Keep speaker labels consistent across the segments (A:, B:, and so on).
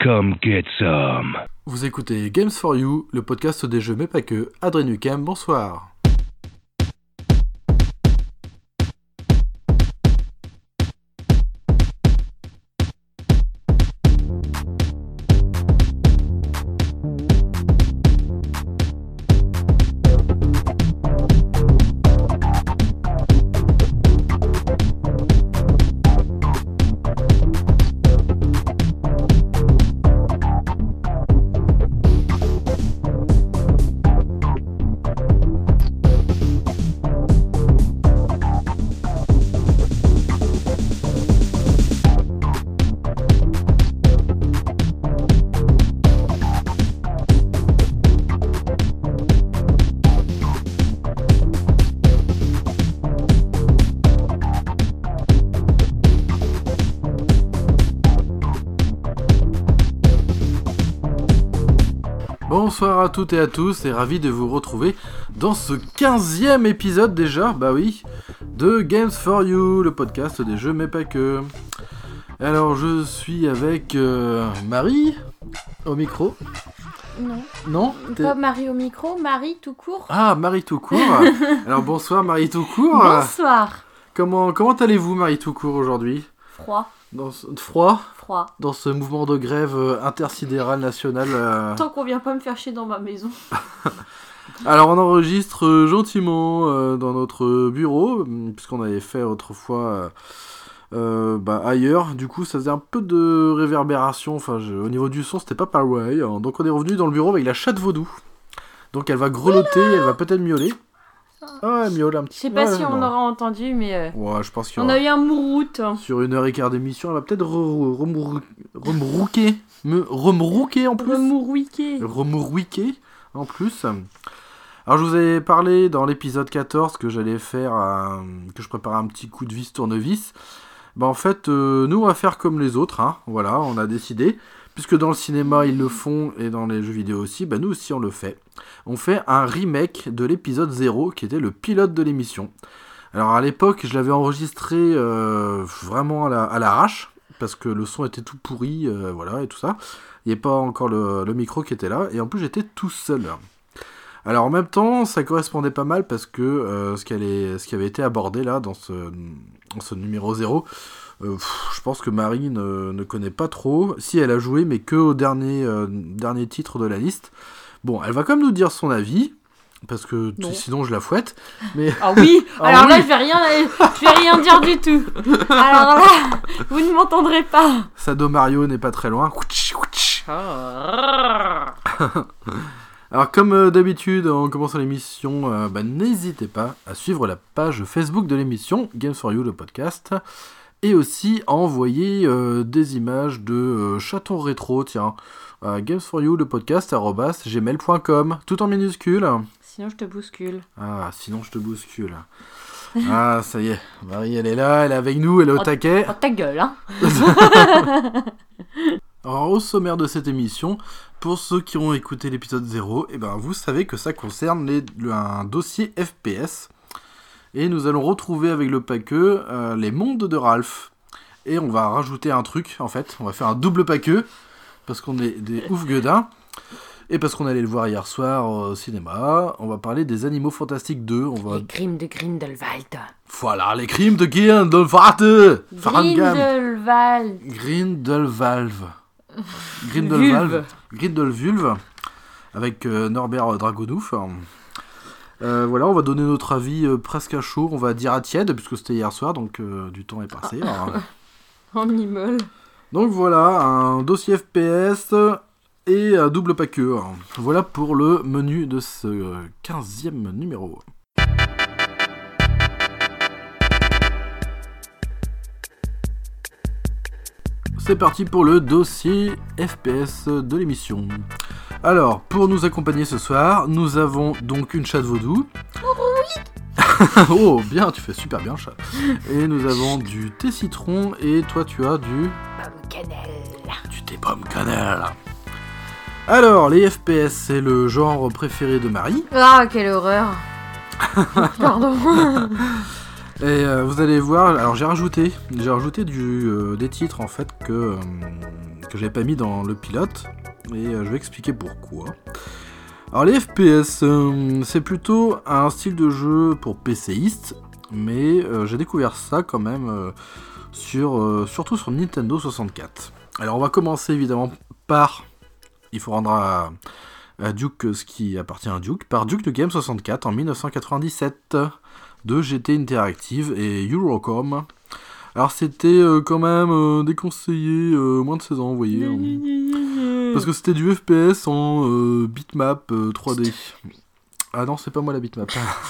A: Come get some.
B: Vous écoutez Games for You, le podcast des jeux mais pas que. Adrien Nukem, bonsoir. Bonsoir à toutes et à tous et ravi de vous retrouver dans ce 15e épisode déjà, bah oui, de Games for You, le podcast des jeux mais pas que. Alors je suis avec Marie au micro. Non,
C: pas Marie au micro, Marie tout court.
B: Ah, Marie tout court. Alors bonsoir Marie tout court.
C: Bonsoir.
B: Comment allez-vous Marie tout court aujourd'hui ?
C: Froid.
B: Froid dans ce mouvement de grève intersidéral national.
C: Tant qu'on vient pas me faire chier dans ma maison.
B: Alors on enregistre gentiment dans notre bureau, puisqu'on avait fait autrefois ailleurs. Du coup ça faisait un peu de réverbération, au niveau du son c'était pas pareil. Donc on est revenu dans le bureau avec la chatte vaudou. Donc elle va grelotter, elle va peut-être miauler. Ah, elle miaule un petit peu.
C: Je sais pas si on aura entendu, mais
B: ouais, je pense qu'il y
C: on
B: aura...
C: a eu un mouroute.
B: Sur 1h15 d'émission, elle va peut-être remourouquer en plus. Remourouiquer en plus. Alors je vous avais parlé dans l'épisode 14 que j'allais faire, que je préparais un petit coup de vis tournevis. Bah en fait, nous on va faire comme les autres, hein. Voilà, on a décidé. Puisque dans le cinéma ils le font et dans les jeux vidéo aussi, bah nous aussi on le fait. On fait un remake de l'épisode 0 qui était le pilote de l'émission. Alors à l'époque je l'avais enregistré vraiment à l'arrache, parce que le son était tout pourri, voilà et tout ça. Il n'y avait pas encore le micro qui était là, et en plus j'étais tout seul. Alors en même temps ça correspondait pas mal parce que ce qui avait été abordé là dans ce numéro 0... je pense que Marie ne connaît pas trop. Si, elle a joué, mais que au dernier titre de la liste. Bon, elle va quand même nous dire son avis, parce que sinon je la fouette. Mais...
C: Ah oui. Alors là, je vais rien dire du tout. Alors là, vous ne m'entendrez pas.
B: Sado Mario n'est pas très loin. Alors comme d'habitude, en commençant l'émission, n'hésitez pas à suivre la page Facebook de l'émission, Games for You, le podcast. Et aussi à envoyer des images de chatons rétro, tiens, à games4you, le podcast, @gmail.com, tout en minuscule.
C: Sinon je te bouscule.
B: Ah, sinon je te bouscule. Ah, ça y est, Marie, elle est là, elle est avec nous, elle est au taquet.
C: Oh, ta gueule, hein.
B: Alors, au sommaire de cette émission, pour ceux qui ont écouté l'épisode 0, vous savez que ça concerne un dossier FPS. Et nous allons retrouver avec le paqueux les mondes de Ralph. Et on va rajouter un truc, en fait. On va faire un double paqueux, parce qu'on est des ouf gueudins. Et parce qu'on allait le voir hier soir au cinéma. On va parler des Animaux Fantastiques 2.
C: Les crimes de Grindelwald.
B: Voilà, les crimes de Grindelwald. Grindelwald. Avec Norbert Dragonouf. Voilà, on va donner notre avis presque à chaud, on va dire à tiède, puisque c'était hier soir, donc du temps est passé.
C: En immole.
B: Donc voilà, un dossier FPS et un double paqueux. Voilà pour le menu de ce 15e numéro. C'est parti pour le dossier FPS de l'émission. Alors, pour nous accompagner ce soir, nous avons donc une chatte vaudou. Oh, bien, tu fais super bien, chat. Et nous avons du thé citron, et toi tu as du...
C: Pomme cannelle.
B: Du thé pomme cannelle. Alors, les FPS, c'est le genre préféré de Marie.
C: Ah, quelle horreur. Pardon.
B: Et vous allez voir, alors j'ai rajouté des titres en fait que j'avais pas mis dans le pilote, et je vais expliquer pourquoi. Alors les FPS, c'est plutôt un style de jeu pour PCistes, mais j'ai découvert ça quand même surtout sur Nintendo 64. Alors on va commencer évidemment par, il faut rendre à Duke ce qui appartient à Duke, par Duke Nukem 64 en 1997 de GT Interactive et Eurocom. Alors c'était quand même déconseillé moins de 16 ans, vous voyez. Parce que c'était du FPS en bitmap 3D. Ah non, c'est pas moi la bitmap.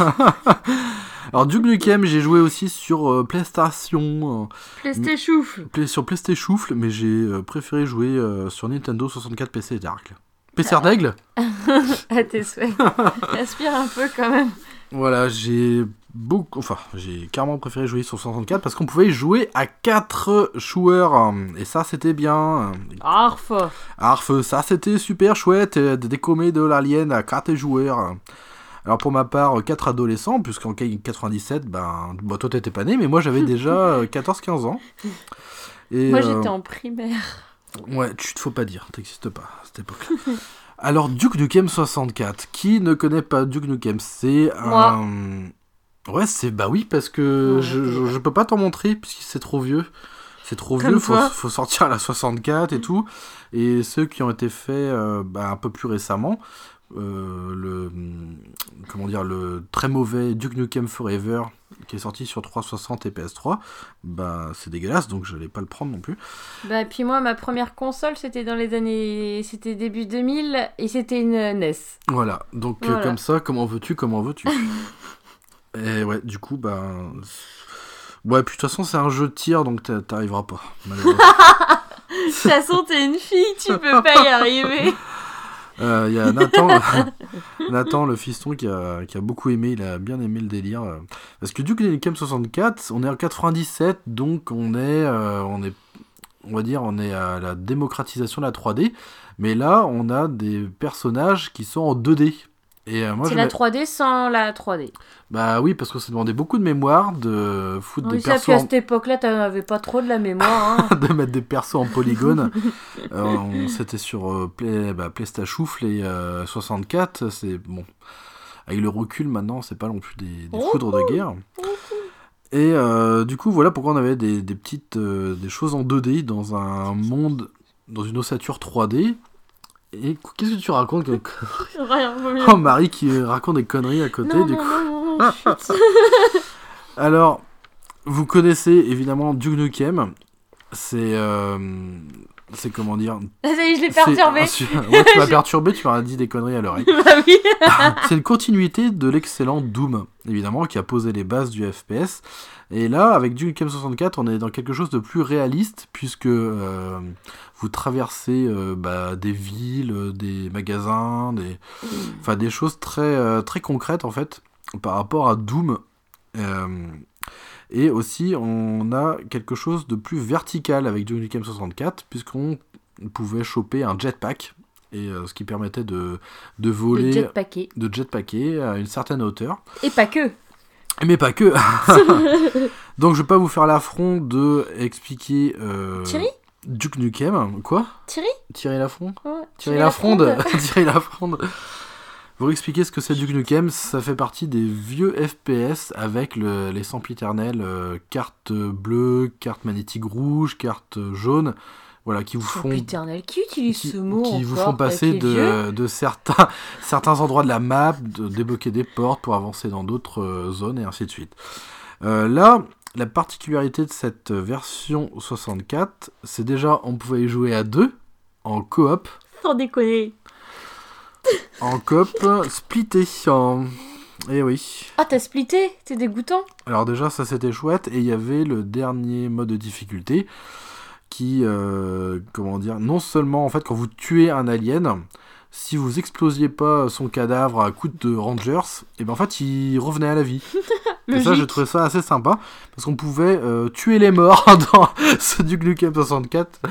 B: Alors Duke Nukem, j'ai joué aussi sur PlayStation. Sur PlayStation, mais j'ai préféré jouer sur Nintendo 64 PC d'Arcle. PC d'aigle.
C: À tes souhaits. Respire un peu quand même.
B: Voilà, j'ai carrément préféré jouer sur 64 parce qu'on pouvait y jouer à 4 joueurs et ça c'était bien.
C: Arf,
B: ça c'était super chouette de décommer de l'alien à 4 joueurs. Alors pour ma part, 4 adolescents, puisqu'en 97, toi t'étais pas né, mais moi j'avais déjà 14-15 ans. Et,
C: moi j'étais en primaire.
B: Ouais, tu te faut pas dire, t'existes pas à cette époque-là. Alors Duke Nukem 64, qui ne connaît pas Duke Nukem, c'est un... Ouais, oui, parce que je peux pas t'en montrer, puisque c'est trop vieux. C'est trop vieux, faut sortir à la 64 et tout. Et ceux qui ont été faits un peu plus récemment, le très mauvais Duke Nukem Forever, qui est sorti sur 360 et PS3, c'est dégueulasse, donc je n'allais pas le prendre non plus.
C: Puis moi, ma première console, c'était c'était début 2000, et c'était une NES.
B: Voilà, donc comme ça, comment veux-tu Et ouais, du coup, ouais, puis de toute façon, c'est un jeu de tir, donc t'arriveras pas, malheureusement.
C: De toute façon, t'es une fille, tu peux pas y arriver.
B: Il y a Nathan, le fiston, qui a beaucoup aimé, il a bien aimé le délire. Parce que Duke Nukem 64, on est en 97, donc on est à la démocratisation de la 3D, mais là, on a des personnages qui sont en 2D. Et
C: c'est la 3D sans la 3D.
B: Bah oui, parce que ça demandait beaucoup de mémoire de foutre des persos.
C: Puis à cette époque-là, t'avais pas trop de la mémoire. Hein.
B: De mettre des persos en polygone. C'était sur PlayStation et 64. C'est bon. Avec le recul maintenant, c'est pas non plus des foudres de guerre. Et du coup, voilà pourquoi on avait des petites des choses en 2D dans un monde, dans une ossature 3D. Et qu'est-ce que tu racontes comme
C: Rien.
B: Oh, Marie qui raconte des conneries à côté,
C: non,
B: du
C: coup.
B: Non, Alors, vous connaissez évidemment Duke Nukem. C'est comment dire...
C: Ça y est, je l'ai perturbé.
B: Ouais, tu m'as perturbé, tu m'as dit des conneries à l'oreille.
C: Oui.
B: C'est une continuité de l'excellent Doom, évidemment, qui a posé les bases du FPS. Et là, avec Duke Nukem 64, on est dans quelque chose de plus réaliste, puisque vous traversez des villes, des magasins, des choses très, très concrètes, en fait, par rapport à Doom. Et aussi, on a quelque chose de plus vertical avec Duke Nukem 64, puisqu'on pouvait choper un jetpack, et ce qui permettait de voler, de jetpacker à une certaine hauteur.
C: Et pas que.
B: Mais pas que. Donc je vais pas vous faire l'affront de expliquer
C: Thierry
B: Duke Nukem. Quoi Thierry Lafronde.
C: Ouais,
B: Thierry Lafronde. Thierry Lafronde. Pour expliquer ce que c'est Duke Nukem, ça fait partie des vieux FPS avec les sempiternelles carte bleue, carte magnétique rouge, carte jaune. Voilà, qui vous font...
C: Sempiternelle, qui utilise ce mot
B: qui vous font passer de certains endroits de la map, de débloquer des portes pour avancer dans d'autres zones et ainsi de suite. Là, la particularité de cette version 64, c'est déjà on pouvait y jouer à 2 en coop.
C: Sans déconner.
B: En coop splitté. Eh oui.
C: Ah, t'as splitté? C'est dégoûtant.
B: Alors déjà, ça c'était chouette. Et il y avait le dernier mode de difficulté qui, non seulement, en fait, quand vous tuez un alien, si vous explosiez pas son cadavre à coups de Rangers, et en fait, il revenait à la vie. Et ça, j'ai trouvé ça assez sympa, parce qu'on pouvait tuer les morts dans ce Duke Nukem 64.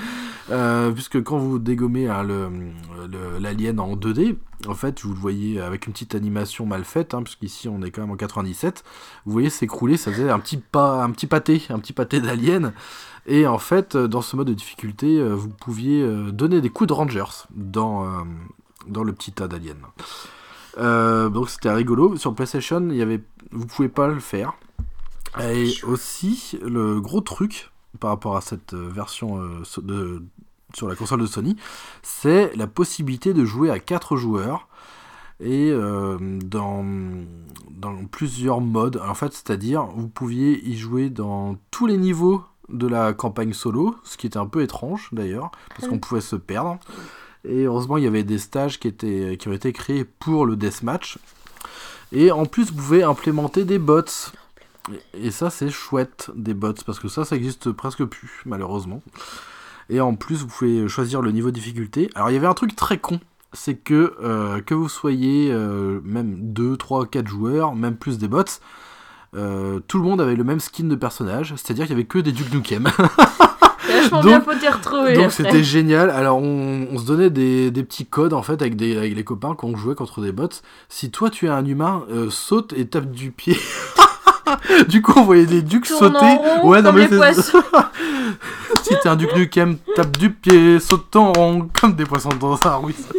B: Puisque quand vous dégommez l'alien en 2D, en fait, vous le voyez avec une petite animation mal faite, puisqu'ici on est quand même en 97, vous voyez s'écrouler, ça faisait un petit pâté d'alien. Et en fait, dans ce mode de difficulté, vous pouviez donner des coups de Rangers dans le petit tas d'aliens. Donc c'était rigolo. Sur PlayStation, vous pouvez pas le faire. Et aussi, le gros truc par rapport à cette version sur la console de Sony, c'est la possibilité de jouer à 4 joueurs et dans plusieurs modes. En fait, c'est-à-dire, vous pouviez y jouer dans tous les niveaux de la campagne solo, ce qui était un peu étrange d'ailleurs, parce qu'on pouvait se perdre. Et heureusement, il y avait des stages qui ont été créés pour le deathmatch. Et en plus, vous pouvez implémenter des bots. Et ça, c'est chouette, des bots, parce que ça existe presque plus, malheureusement. Et en plus, vous pouvez choisir le niveau de difficulté. Alors, il y avait un truc très con, c'est que vous soyez même 2, 3, 4 joueurs, même plus des bots, tout le monde avait le même skin de personnage, c'est-à-dire qu'il n'y avait que des Duke Nukem.
C: Vachement bien faut t'y retrouver.
B: Donc c'était génial. Alors on se donnait des petits codes en fait avec les copains quand on jouait contre des bots. Si toi tu es un humain, saute et tape du pied. Du coup on voyait des ducs sauter.
C: Ouais, non mais les poissons.
B: Si t'es un Duke Nukem, tape du pied, saute en rond comme des poissons dans un ruisseau.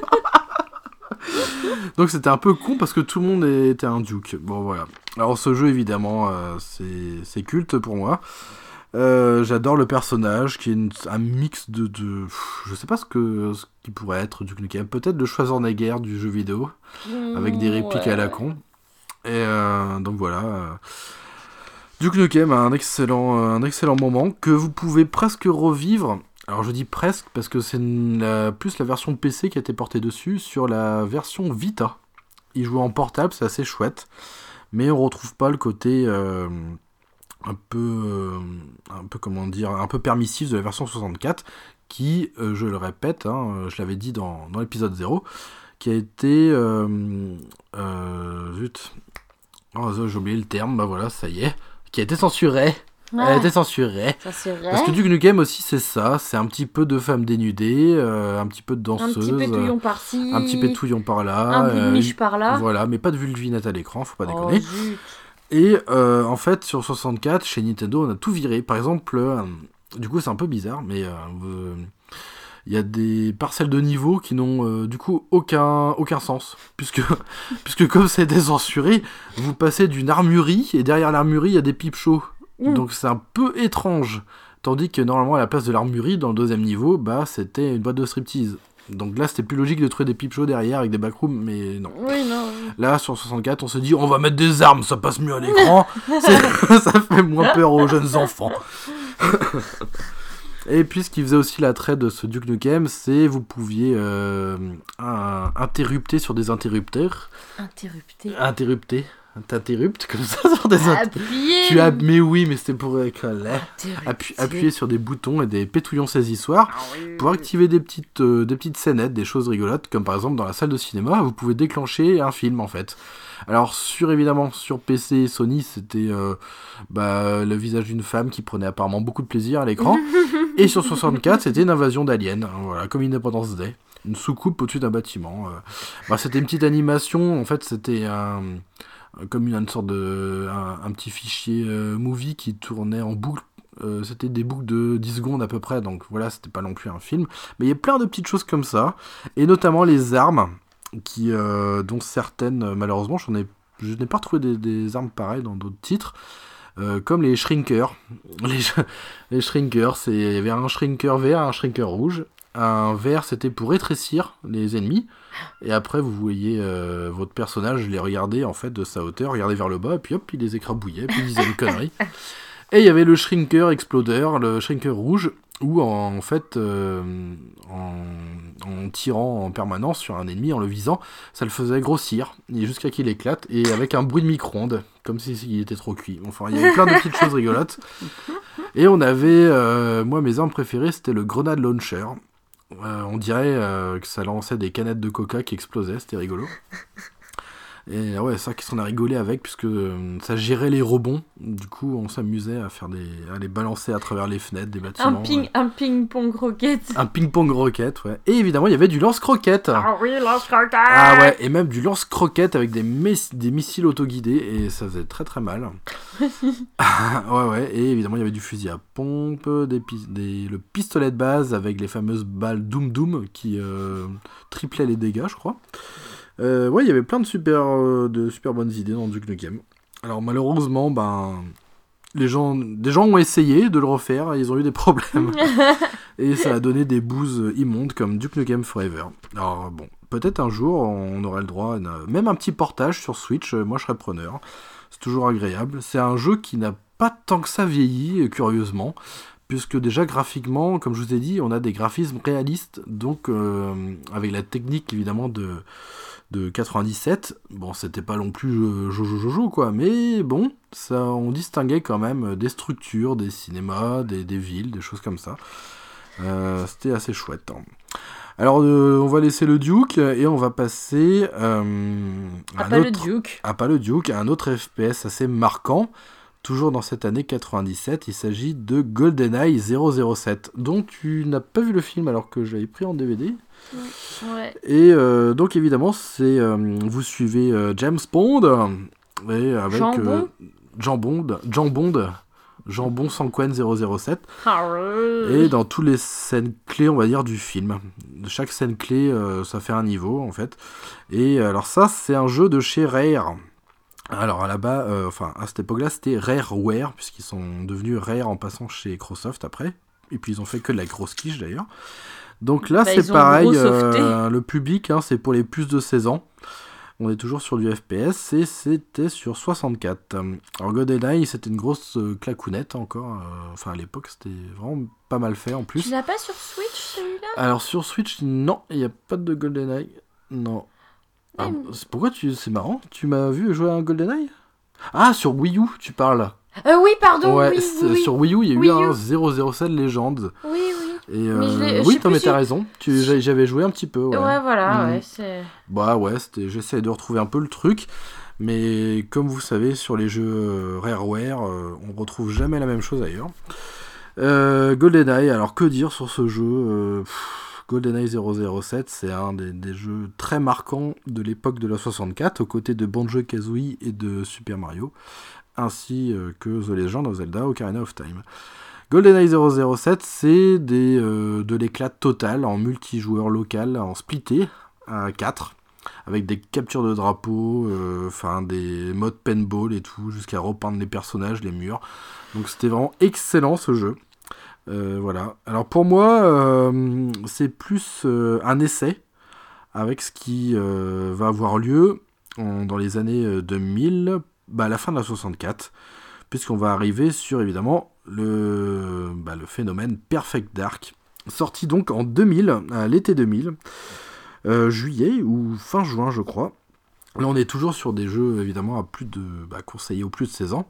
B: Donc c'était un peu con parce que tout le monde était un Duke. Bon voilà. Alors ce jeu évidemment c'est culte pour moi. J'adore le personnage qui est un mix de je sais pas ce qui pourrait être Duke Nukem, peut-être le Schwarzenegger du jeu vidéo avec des répliques à la con. Et donc voilà, Duke Nukem a un excellent moment que vous pouvez presque revivre. Alors je dis presque parce que c'est plus la version PC qui a été portée dessus sur la version Vita. Il joue en portable, c'est assez chouette, mais on retrouve pas le côté un peu comment dire, un peu permissif de la version 64 qui, je le répète, je l'avais dit dans l'épisode 0, qui a été j'ai oublié le terme, bah voilà, ça y est, qui a été censuré. Ouais. Elle a été censurée. Parce que Duke Nukem aussi, c'est ça. C'est un petit peu de femmes dénudées, un petit peu de danseuses.
C: Un petit peu touillon par-ci.
B: Un petit peu de touillon par-là.
C: Un peu de miche par-là.
B: Voilà, mais pas de vulvinette à l'écran, faut pas déconner. Zut. Et en fait, sur 64, chez Nintendo, on a tout viré. Par exemple, du coup, c'est un peu bizarre, mais il y a des parcelles de niveaux qui n'ont du coup aucun sens. Puisque comme ça a été censuré, vous passez d'une armurerie, et derrière l'armurerie, il y a des pipe shows. Donc c'est un peu étrange. Tandis que normalement, à la place de l'armurerie, dans le deuxième niveau, bah c'était une boîte de striptease. Donc là, c'était plus logique de trouver des pipe shows derrière avec des backrooms, mais non.
C: Oui, non.
B: Là, sur 64, on se dit, on va mettre des armes, ça passe mieux à l'écran. Ça fait moins peur aux jeunes enfants. Et puis, ce qui faisait aussi l'attrait de ce Duke Nukem, c'est vous pouviez interrupter sur des interrupteurs. Interrupter. T'interruptes comme ça sur des
C: appuyer.
B: Mais oui, mais c'était pour appuyer sur des boutons et des pétouillons saisissoirs pour activer des petites scénettes, des choses rigolotes, comme par exemple dans la salle de cinéma, vous pouvez déclencher un film en fait. Alors évidemment sur PC Sony, c'était le visage d'une femme qui prenait apparemment beaucoup de plaisir à l'écran, et sur 64 c'était une invasion d'aliens, voilà, comme Independence Day, une soucoupe au-dessus d'un bâtiment. C'était une petite animation, en fait c'était comme une sorte de un petit fichier movie qui tournait en boucle. C'était des boucles de 10 secondes à peu près, donc voilà, c'était pas non plus un film, mais il y a plein de petites choses comme ça, et notamment les armes qui dont certaines, malheureusement je n'ai pas retrouvé des armes pareilles dans d'autres titres, comme les shrinkers. Les shrinkers, il y avait un shrinker vert et un shrinker rouge. Un vert, c'était pour rétrécir les ennemis, et après vous voyez votre personnage les regarder en fait de sa hauteur, regarder vers le bas, et puis hop, il les écrabouillait, puis il disait une connerie. Et il y avait le shrinker exploder, le shrinker rouge, où en fait en tirant en permanence sur un ennemi, en le visant, ça le faisait grossir jusqu'à qu'il éclate, et avec un bruit de micro-ondes, comme s'il était trop cuit. Enfin, il y avait plein de petites choses rigolotes. Et on avait, moi mes armes préférées, c'était le grenade launcher. On dirait que ça lançait des canettes de coca qui explosaient, c'était rigolo. Et ouais, ça, qu'est-ce qu'on a rigolé avec, puisque ça gérait les rebonds. Du coup, on s'amusait à les balancer à travers les fenêtres des bâtiments.
C: Un ping-pong roquette.
B: Un ping-pong roquette, ouais. Et évidemment, il y avait du lance-croquette.
C: Ah oui, lance-croquette.
B: Ah ouais, et même du lance-croquette avec des missiles autoguidés, et ça faisait très très mal. ouais, et évidemment, il y avait du fusil à pompe, le pistolet de base avec les fameuses balles Doom Doom qui triplaient les dégâts, je crois. Ouais, il y avait plein de super bonnes idées dans Duke Nukem. Alors malheureusement, des gens ont essayé de le refaire et ils ont eu des problèmes. Et ça a donné des bouses immondes comme Duke Nukem Forever. Alors bon, peut-être un jour on aurait le droit à même un petit portage sur Switch, moi je serais preneur. C'est toujours agréable. C'est un jeu qui n'a pas tant que ça vieilli, curieusement. Puisque déjà graphiquement, comme je vous ai dit, on a des graphismes réalistes, donc avec la technique évidemment de 97, bon c'était pas non plus jojo quoi, mais bon, ça on distinguait quand même des structures, des cinémas, des villes, des choses comme ça. C'était assez chouette. Hein. Alors on va laisser le Duke et on va passer à le Duke, à un autre FPS assez marquant. Toujours dans cette année 97, il s'agit de GoldenEye 007, dont tu n'as pas vu le film alors que je l'avais pris en DVD.
C: Ouais.
B: Et donc évidemment, vous suivez James Bond et avec Jambon Sanquen 007. Et dans toutes les scènes clés, on va dire, du film. Chaque scène clé, ça fait un niveau en fait. Et alors ça, c'est un jeu de chez Rare. Alors là-bas, à cette époque-là, c'était Rareware, puisqu'ils sont devenus Rare en passant chez Microsoft après. Et puis ils ont fait que de la grosse quiche d'ailleurs. Donc là, c'est pareil, le public, hein, c'est pour les plus de 16 ans. On est toujours sur du FPS et c'était sur 64. Alors GoldenEye, c'était une grosse clacounette encore. À l'époque, c'était vraiment pas mal fait en plus.
C: Tu l'as pas sur Switch celui-là ?
B: Alors sur Switch, non, il n'y a pas de GoldenEye. Non. Ah, pourquoi c'est marrant, tu m'as vu jouer à un GoldenEye ? Ah, sur Wii U, tu parles.
C: Oui, pardon,
B: ouais,
C: oui.
B: Sur Wii U, il y a eu un 007 Legends.
C: Oui.
B: Et mais t'as raison. J'avais joué un petit peu. Ouais,
C: ouais, c'est...
B: j'essayais de retrouver un peu le truc. Mais comme vous savez, sur les jeux Rareware, on retrouve jamais la même chose ailleurs. GoldenEye, alors que dire sur ce jeu GoldenEye 007, c'est un des jeux très marquants de l'époque de la 64, aux côtés de Banjo-Kazooie et de Super Mario, ainsi que The Legend of Zelda Ocarina of Time. GoldenEye 007, c'est de l'éclat total en multijoueur local, en splitté à 4, avec des captures de drapeaux, des modes paintball et tout, jusqu'à repeindre les personnages, les murs. Donc c'était vraiment excellent ce jeu. Voilà. Alors pour moi, c'est plus un essai avec ce qui va avoir lieu dans les années 2000, à la fin de la 64, puisqu'on va arriver sur évidemment le phénomène Perfect Dark, sorti donc en 2000, à l'été 2000, juillet ou fin juin je crois. Là on est toujours sur des jeux évidemment conseillés aux plus de 16 ans.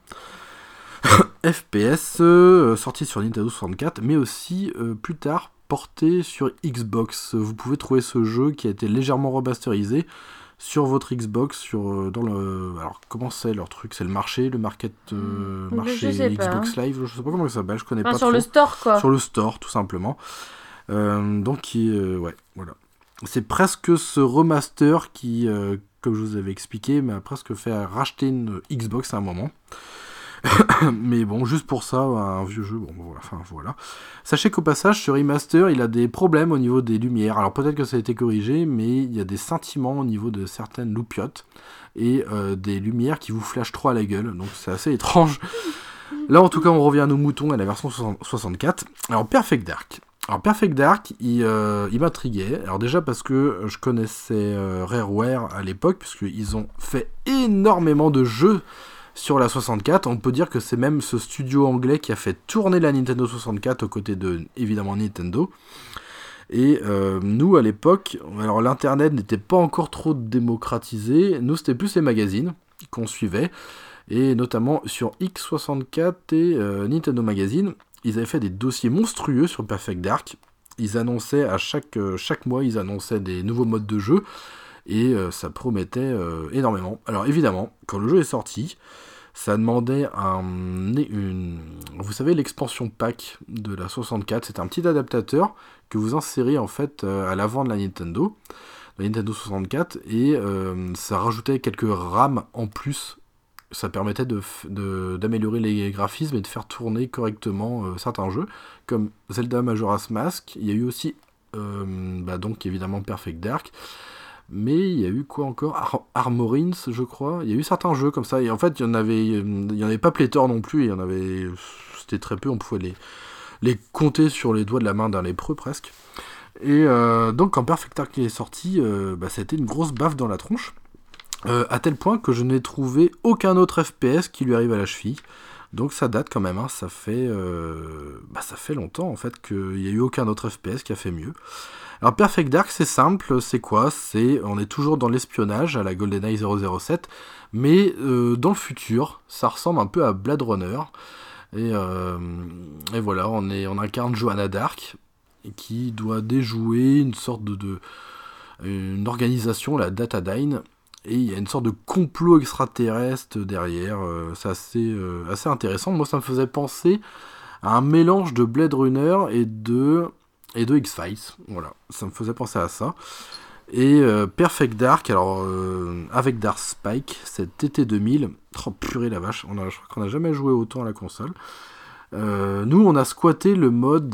B: FPS sorti sur Nintendo 64, mais aussi plus tard porté sur Xbox. Vous pouvez trouver ce jeu qui a été légèrement remasterisé sur votre Xbox, alors comment c'est leur truc, c'est le marché marché Xbox Live, je sais pas comment ça s'appelle, je connais pas
C: sur
B: trop.
C: Le store quoi.
B: Sur le store tout simplement. Donc voilà. C'est presque ce remaster qui, comme je vous avais expliqué, m'a presque fait racheter une Xbox à un moment. Mais bon, juste pour ça, un vieux jeu, voilà. Sachez qu'au passage, ce remaster, il a des problèmes au niveau des lumières. Alors peut-être que ça a été corrigé, mais il y a des scintillements au niveau de certaines loupiottes et des lumières qui vous flashent trop à la gueule, donc c'est assez étrange. Là, en tout cas, on revient à nos moutons, à la version 64. Alors, Perfect Dark, il m'intriguait. Alors déjà parce que je connaissais Rareware à l'époque, puisqu'ils ont fait énormément de jeux sur la 64, on peut dire que c'est même ce studio anglais qui a fait tourner la Nintendo 64 aux côtés de, évidemment, Nintendo. Et nous, à l'époque, alors l'internet n'était pas encore trop démocratisé, nous c'était plus les magazines qu'on suivait, et notamment sur X64 et Nintendo Magazine, ils avaient fait des dossiers monstrueux sur Perfect Dark. Ils annonçaient chaque mois, ils annonçaient des nouveaux modes de jeu. et ça promettait énormément. Alors évidemment, quand le jeu est sorti, ça demandait vous savez, l'expansion pack de la 64, c'est un petit adaptateur que vous insérez en fait à l'avant de la Nintendo 64, et ça rajoutait quelques RAM en plus. Ça permettait d'améliorer les graphismes et de faire tourner correctement certains jeux, comme Zelda Majora's Mask. Il y a eu aussi, donc évidemment Perfect Dark, mais il y a eu quoi encore, Armorins, je crois. Il y a eu certains jeux comme ça, et en fait il y en avait pas pléthore non plus, c'était très peu, on pouvait les compter sur les doigts de la main d'un lépreux presque. Et donc quand Perfect Dark est sorti, ça a été une grosse baffe dans la tronche. À tel point que je n'ai trouvé aucun autre FPS qui lui arrive à la cheville. Donc ça date quand même, hein. Ça fait longtemps en fait qu'il n'y a eu aucun autre FPS qui a fait mieux. Alors Perfect Dark, c'est simple, c'est quoi ? On est toujours dans l'espionnage à la GoldenEye 007, mais dans le futur, ça ressemble un peu à Blade Runner. Et voilà, on incarne Joanna Dark, qui doit déjouer une sorte une organisation, la Datadyne. Et il y a une sorte de complot extraterrestre derrière, c'est assez intéressant. Moi, ça me faisait penser à un mélange de Blade Runner et de X-Files. Voilà, ça me faisait penser à ça. Et Perfect Dark, alors avec Dark Spike, c'est TT2000. Oh purée la vache, je crois qu'on n'a jamais joué autant à la console. Nous, on a squatté le mode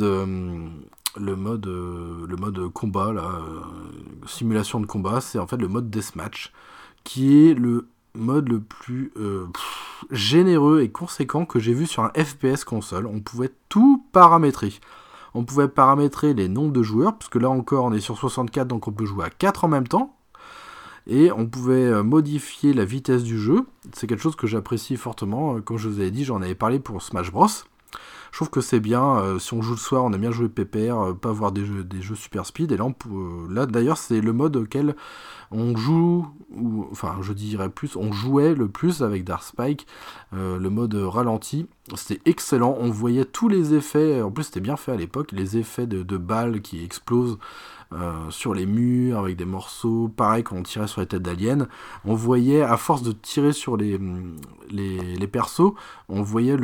B: combat, là, simulation de combat, c'est en fait le mode Deathmatch, qui est le mode le plus généreux et conséquent que j'ai vu sur un FPS console. On pouvait tout paramétrer. On pouvait paramétrer les nombres de joueurs, parce que là encore on est sur 64, donc on peut jouer à 4 en même temps. Et on pouvait modifier la vitesse du jeu. C'est quelque chose que j'apprécie fortement. Comme je vous avais dit, j'en avais parlé pour Smash Bros. Je trouve que c'est bien, si on joue le soir, on aime bien jouer pépère, pas avoir des jeux super speed. Et là d'ailleurs, c'est le mode auquel on joue, je dirais plus, on jouait le plus avec Dark Spike, le mode ralenti. C'était excellent, on voyait tous les effets, en plus c'était bien fait à l'époque, les effets de balles qui explosent sur les murs avec des morceaux, pareil quand on tirait sur les têtes d'aliens, on voyait, à force de tirer sur les persos, on voyait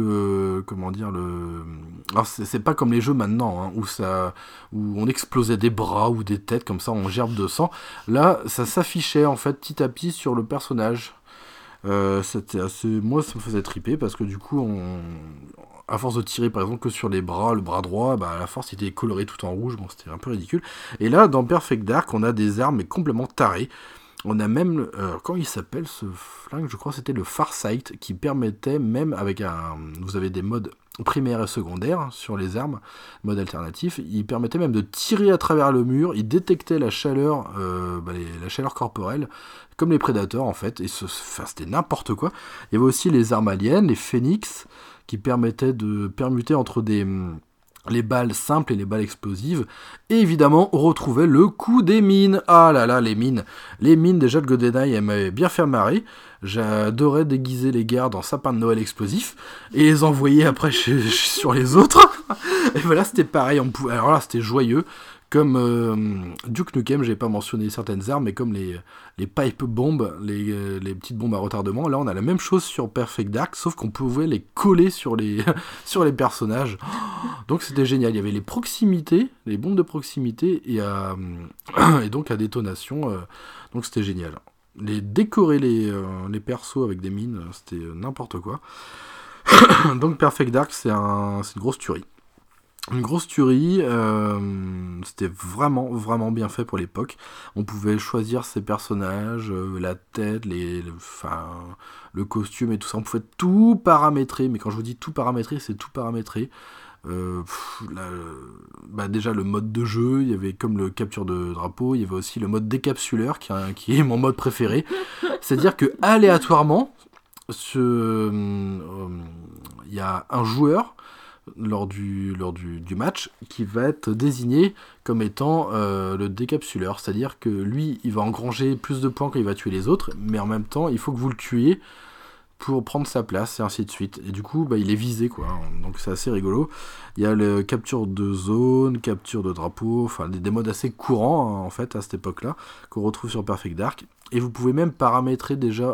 B: alors c'est pas comme les jeux maintenant, hein, où on explosait des bras ou des têtes comme ça en gerbe de sang. Là ça s'affichait en fait petit à petit sur le personnage. C'était moi ça me faisait triper parce que du coup à force de tirer par exemple que sur les bras, le bras droit, à la force il était coloré tout en rouge, bon c'était un peu ridicule. Et là dans Perfect Dark on a des armes mais complètement tarées. On a même, comment il s'appelle ce flingue, je crois que c'était le Farsight, qui permettait même avec vous avez des modes primaire et secondaire sur les armes, mode alternatif, il permettait même de tirer à travers le mur, il détectait la chaleur, la chaleur corporelle, comme les prédateurs en fait, et c'était n'importe quoi. Il y avait aussi les armes aliens, les phoenix, qui permettaient de permuter entre les balles simples et les balles explosives, et évidemment on retrouvait le coup des mines. Ah là là, les mines déjà de GoldenEye, elles m'avaient bien fait marrer. J'adorais déguiser les gardes en sapin de Noël explosifs et les envoyer après sur les autres. Et voilà, c'était pareil, alors là c'était joyeux, comme Duke Nukem, j'ai pas mentionné certaines armes, mais comme les pipe bombes, les petites bombes à retardement, là on a la même chose sur Perfect Dark, sauf qu'on pouvait les coller sur les personnages. Donc c'était génial, il y avait les proximités, les bombes de proximité, et donc à détonation, donc c'était génial. Décorer les persos avec des mines, c'était n'importe quoi. Donc Perfect Dark, c'est une grosse tuerie. Une grosse tuerie, c'était vraiment, vraiment bien fait pour l'époque. On pouvait choisir ses personnages, la tête, le costume et tout ça. On pouvait tout paramétrer, mais quand je vous dis tout paramétrer, c'est tout paramétrer. Déjà le mode de jeu, il y avait comme le capture de drapeau, il y avait aussi le mode décapsuleur qui est mon mode préféré. C'est-à-dire que aléatoirement, il y a un joueur lors du match qui va être désigné comme étant le décapsuleur, c'est-à-dire que lui il va engranger plus de points quand il va tuer les autres, mais en même temps il faut que vous le tuiez pour prendre sa place et ainsi de suite. Et du coup, il est visé, quoi. Donc c'est assez rigolo. Il y a le capture de zone, capture de drapeau, enfin des modes assez courants, hein, en fait, à cette époque-là, qu'on retrouve sur Perfect Dark. Et vous pouvez même paramétrer déjà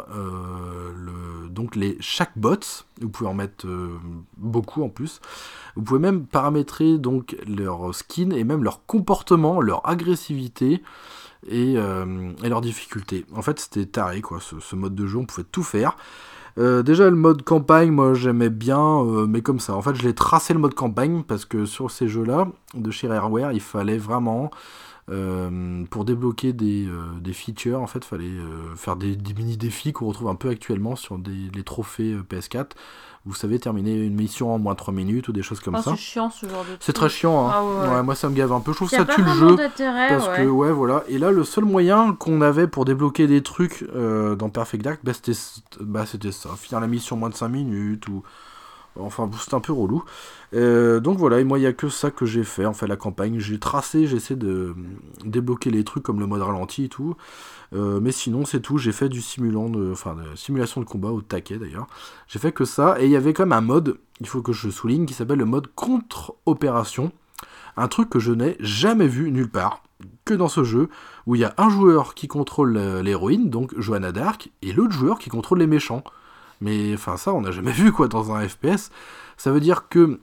B: chaque bot. Vous pouvez en mettre beaucoup en plus. Vous pouvez même paramétrer donc leur skin et même leur comportement, leur agressivité et leur difficulté. En fait, c'était taré, quoi, ce mode de jeu. On pouvait tout faire. Déjà le mode campagne, moi j'aimais bien, mais comme ça. En fait, je l'ai tracé le mode campagne parce que sur ces jeux-là de chez Rareware, il fallait vraiment pour débloquer des features, en fait, il fallait faire des mini défis qu'on retrouve un peu actuellement sur les trophées PS4. Vous savez, terminer une mission en moins de 3 minutes ou des choses comme ça.
C: C'est chiant ce genre de truc.
B: C'est très chiant, hein.
C: Ah ouais.
B: Moi ça me gave un peu. Je trouve que ça tue le jeu. Parce que, voilà. Et là, le seul moyen qu'on avait pour débloquer des trucs dans Perfect Dark, c'était ça. Finir la mission en moins de 5 minutes ou. Enfin, c'était un peu relou. Donc voilà, et moi, il n'y a que ça que j'ai fait, en fait, la campagne. J'ai tracé, j'essaie de débloquer les trucs comme le mode ralenti et tout. Mais sinon, c'est tout. J'ai fait de simulation de combat au taquet, d'ailleurs. J'ai fait que ça. Et il y avait quand même un mode, il faut que je souligne, qui s'appelle le mode contre-opération. Un truc que je n'ai jamais vu nulle part, que dans ce jeu, où il y a un joueur qui contrôle l'héroïne, donc Johanna d'Arc, et l'autre joueur qui contrôle les méchants. Mais enfin ça on n'a jamais vu, quoi, dans un FPS. Ça veut dire que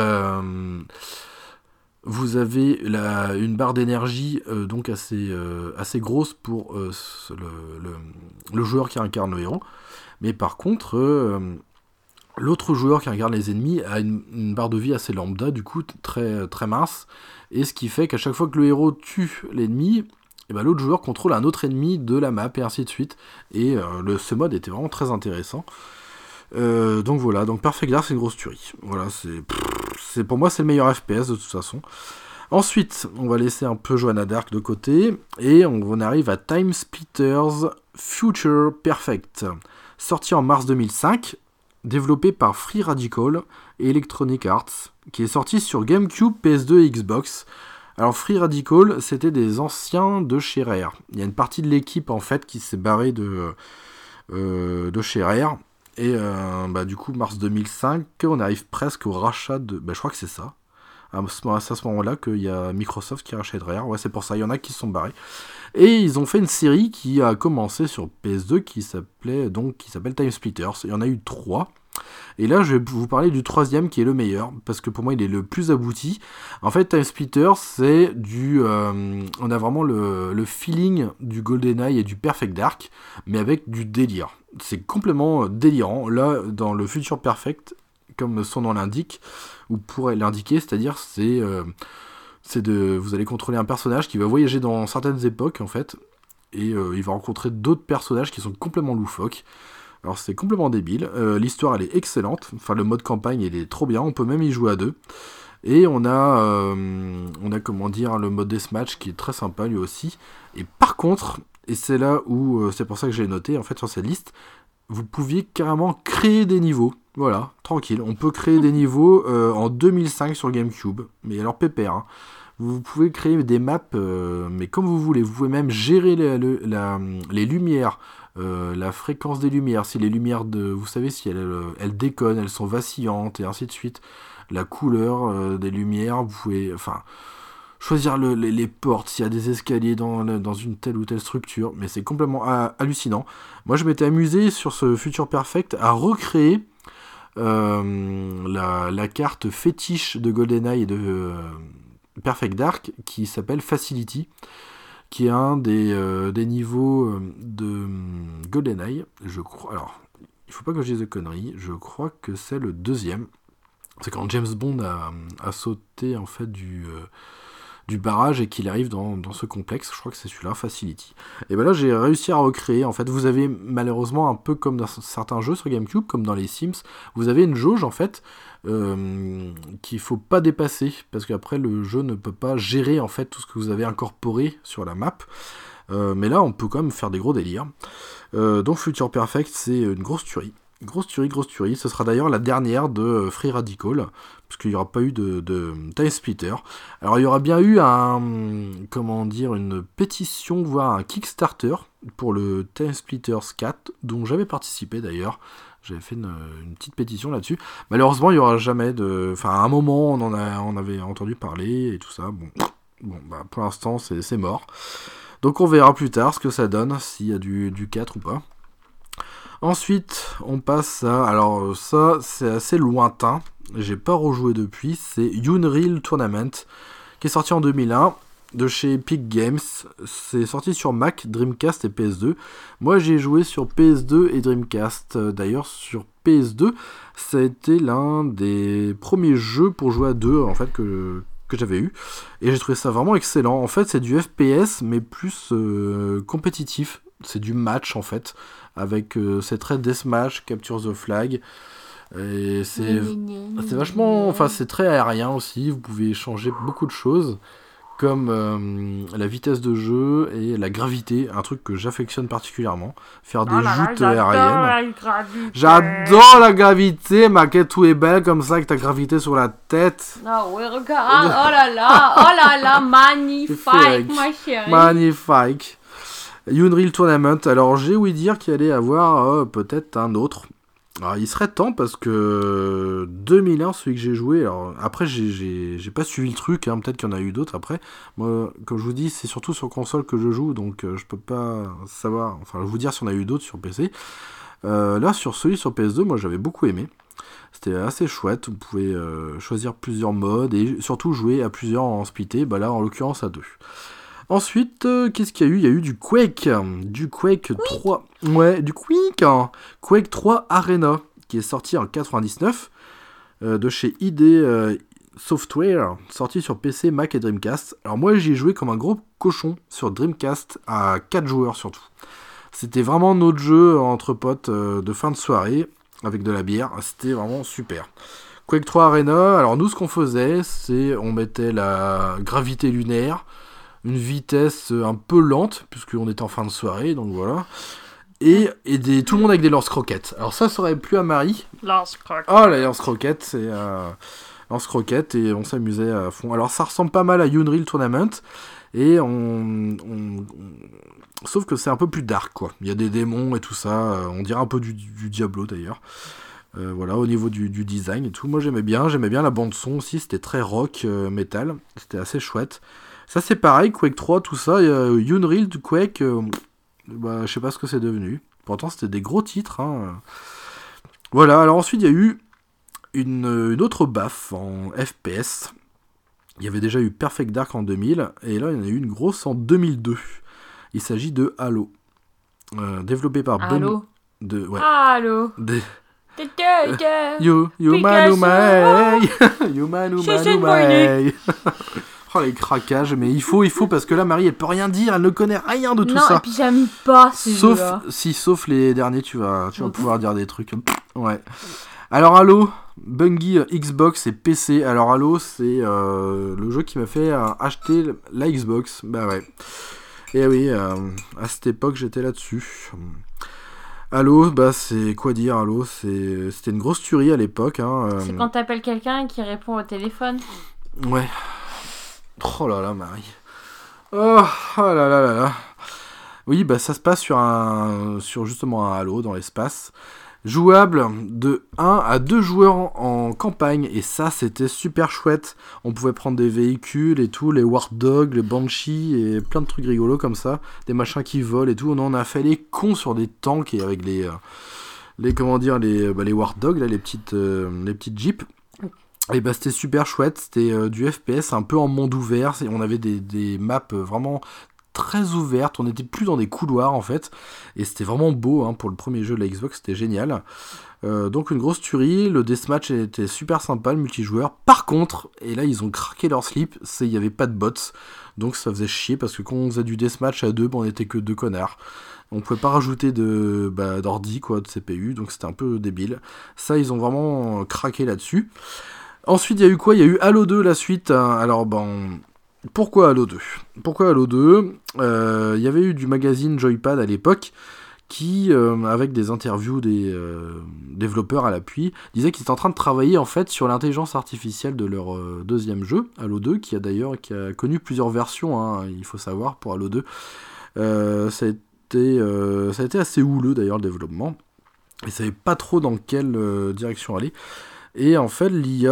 B: vous avez une barre d'énergie donc assez grosse pour le joueur qui incarne le héros. Mais par contre l'autre joueur qui incarne les ennemis a une barre de vie assez lambda, du coup très, très mince. Et ce qui fait qu'à chaque fois que le héros tue l'ennemi, et l'autre joueur contrôle un autre ennemi de la map et ainsi de suite. Et ce mode était vraiment très intéressant. Donc voilà, donc Perfect Dark c'est une grosse tuerie. Voilà, c'est pour moi c'est le meilleur FPS de toute façon. Ensuite, on va laisser un peu Johanna d'Arc de côté et on arrive à Time Splitters Future Perfect, sorti en mars 2005, développé par Free Radical et Electronic Arts, qui est sorti sur GameCube, PS2 et Xbox. Alors Free Radical, c'était des anciens de chez Rare. Il y a une partie de l'équipe en fait qui s'est barrée de chez Rare. Et du coup, mars 2005, on arrive presque au rachat de... je crois que c'est ça. C'est à ce moment-là qu'il y a Microsoft qui rachète Rare. Ouais, c'est pour ça, il y en a qui se sont barrés. Et ils ont fait une série qui a commencé sur PS2 qui s'appelle Time Splitters. Il y en a eu 3. Et là, je vais vous parler du 3e qui est le meilleur, parce que pour moi, il est le plus abouti. En fait, Time Splitters, c'est on a vraiment le feeling du GoldenEye et du Perfect Dark, mais avec du délire. C'est complètement délirant. Là, dans le Future Perfect, comme son nom l'indique, ou pourrait l'indiquer, c'est-à-dire vous allez contrôler un personnage qui va voyager dans certaines époques, en fait, et il va rencontrer d'autres personnages qui sont complètement loufoques. Alors c'est complètement débile, l'histoire elle est excellente, enfin le mode campagne il est trop bien, on peut même y jouer à 2. Et on a le mode deathmatch qui est très sympa lui aussi. Et par contre, et c'est là où c'est pour ça que j'ai noté en fait sur cette liste, vous pouviez carrément créer des niveaux. Voilà, tranquille, on peut créer des niveaux en 2005 sur GameCube, mais alors pépère, hein. Vous pouvez créer des maps, mais comme vous voulez. Vous pouvez même gérer les lumières, la fréquence des lumières. Si les lumières vous savez, si elles déconnent, elles sont vacillantes et ainsi de suite. La couleur des lumières, vous pouvez, choisir les portes, s'il y a des escaliers dans une telle ou telle structure. Mais c'est complètement hallucinant. Moi, je m'étais amusé sur ce Future Perfect à recréer la carte fétiche de GoldenEye et de Perfect Dark qui s'appelle Facility, qui est un des niveaux de GoldenEye, je crois. Alors, il faut pas que je dise de conneries, je crois que c'est le 2e. C'est quand James Bond a sauté en fait du barrage et qu'il arrive dans ce complexe, je crois que c'est celui-là, Facility. Et là j'ai réussi à recréer, en fait, vous avez malheureusement un peu comme dans certains jeux sur GameCube, comme dans les Sims, vous avez une jauge en fait qu'il faut pas dépasser, parce qu'après le jeu ne peut pas gérer en fait tout ce que vous avez incorporé sur la map. Mais là on peut quand même faire des gros délires. Donc Future Perfect c'est une grosse tuerie. Grosse tuerie. Ce sera d'ailleurs la dernière de Free Radical, parce qu'il n'y aura pas eu de Time Splitter. Alors il y aura bien eu une pétition, voire un Kickstarter pour le Time Splitters 4, dont j'avais participé d'ailleurs. J'avais fait une petite pétition là-dessus. Malheureusement, il n'y aura jamais de... Enfin, à un moment, on avait entendu parler et tout ça. Bon, pour l'instant, c'est mort. Donc on verra plus tard ce que ça donne, s'il y a du 4 ou pas. Ensuite, on passe à... Alors ça, c'est assez lointain. J'ai pas rejoué depuis. C'est Unreal Tournament, qui est sorti en 2001, de chez Epic Games. C'est sorti sur Mac, Dreamcast et PS2. Moi, j'ai joué sur PS2 et Dreamcast. D'ailleurs, sur PS2, ça a été l'un des premiers jeux pour jouer à deux, en fait, que j'avais eu, et j'ai trouvé ça vraiment excellent. En fait, c'est du FPS, mais plus compétitif. C'est du match, en fait, avec ces traits deathmatch, capture the flag, et c'est vachement... Enfin, c'est très aérien aussi, vous pouvez changer beaucoup de choses, comme la vitesse de jeu et la gravité, un truc que j'affectionne particulièrement. Faire des joutes aériennes. J'adore la gravité, ma quête, tout est belle comme ça, avec ta gravité sur la tête.
C: Ah ouais, regarde, oh là là, magnifique, ma chérie.
B: Magnifique. Unreal Tournament, alors j'ai ouï dire qu'il allait y avoir peut-être un autre. Alors, il serait temps parce que 2001, celui que j'ai joué, alors après j'ai pas suivi le truc, hein, peut-être qu'il y en a eu d'autres après. Moi, comme je vous dis, c'est surtout sur console que je joue, donc je peux pas savoir, enfin vous dire si on a eu d'autres sur PC. Là, sur celui sur PS2, moi j'avais beaucoup aimé. C'était assez chouette, vous pouvez choisir plusieurs modes et surtout jouer à plusieurs en splitté, bah là en l'occurrence à deux. Ensuite, qu'est-ce qu'il y a eu ? Il y a eu du Quake 3. Ouais, du Quake. Quake 3 Arena, qui est sorti en 99, de chez ID Software, sorti sur PC, Mac et Dreamcast. Alors moi, j'y ai joué comme un gros cochon sur Dreamcast, à 4 joueurs surtout. C'était vraiment notre jeu entre potes de fin de soirée, avec de la bière. C'était vraiment super. Quake 3 Arena, alors nous, ce qu'on faisait, c'est on mettait la gravité lunaire, une vitesse un peu lente, puisqu'on était en fin de soirée, donc voilà. Et tout le monde avec des lance-croquettes. Alors ça aurait plu à Marie.
C: Lance-croquettes.
B: Oh, la lance-croquettes, c'est... lance-croquettes, et on s'amusait à fond. Alors ça ressemble pas mal à Unreal Tournament, et sauf que c'est un peu plus dark, quoi. Il y a des démons et tout ça, on dirait un peu du Diablo, d'ailleurs. Voilà, au niveau du design et tout. Moi, j'aimais bien la bande-son aussi, c'était très rock, metal. C'était assez chouette. Ça c'est pareil, Quake 3, tout ça, Unreal de Quake, je sais pas ce que c'est devenu. Pourtant c'était des gros titres. Hein. Voilà, alors ensuite il y a eu une autre baffe en FPS. Il y avait déjà eu Perfect Dark en 2000, et là il y en a eu une grosse en 2002. Il s'agit de Halo. Développé par
C: Halo.
B: Ouais.
C: Halo.
B: You manu mai. Oh, les craquages, mais il faut parce que là Marie elle peut rien dire, elle ne connaît rien de tout ça.
C: Non, et puis j'aime pas ces jeux-là.
B: Sauf les derniers, tu vas pouvoir dire des trucs. Ouais. Alors Halo, Bungie Xbox et PC. Alors Halo, c'est le jeu qui m'a fait acheter la Xbox. Bah ouais. Et oui, à cette époque j'étais là-dessus. Halo, c'est quoi dire Halo, c'était une grosse tuerie à l'époque. Hein,
C: C'est quand t'appelles quelqu'un qui répond au téléphone.
B: Ouais. Oh là là, Marie. Oh là là là là. Oui, ça se passe sur justement un Halo dans l'espace. Jouable de 1 à 2 joueurs en campagne. Et ça, c'était super chouette. On pouvait prendre des véhicules et tout, les War Dogs, les Banshee et plein de trucs rigolos comme ça. Des machins qui volent et tout. On a fait les cons sur des tanks et avec les War Dogs, là, les petites jeeps. Et c'était super chouette, c'était du FPS un peu en monde ouvert, on avait des maps vraiment très ouvertes, on n'était plus dans des couloirs en fait, et c'était vraiment beau hein, pour le premier jeu de la Xbox, c'était génial. Donc une grosse tuerie, le deathmatch était super sympa, le multijoueur. Par contre, et là ils ont craqué leur slip, il n'y avait pas de bots, donc ça faisait chier parce que quand on faisait du deathmatch à deux, on était que 2 connards. On pouvait pas rajouter d'ordi, quoi, de CPU, donc c'était un peu débile. Ça, ils ont vraiment craqué là-dessus. Ensuite, il y a eu quoi ? Il y a eu Halo 2, la suite. Alors, pourquoi Halo 2 ? Pourquoi Halo 2 ? Il y avait eu du magazine Joypad à l'époque qui, avec des interviews des développeurs à l'appui, disait qu'ils étaient en train de travailler en fait sur l'intelligence artificielle de leur deuxième jeu, Halo 2, qui a connu plusieurs versions, hein, il faut savoir, pour Halo 2. Ça a été assez houleux d'ailleurs le développement. Ils savaient pas trop dans quelle direction aller. Et en fait, l'IA,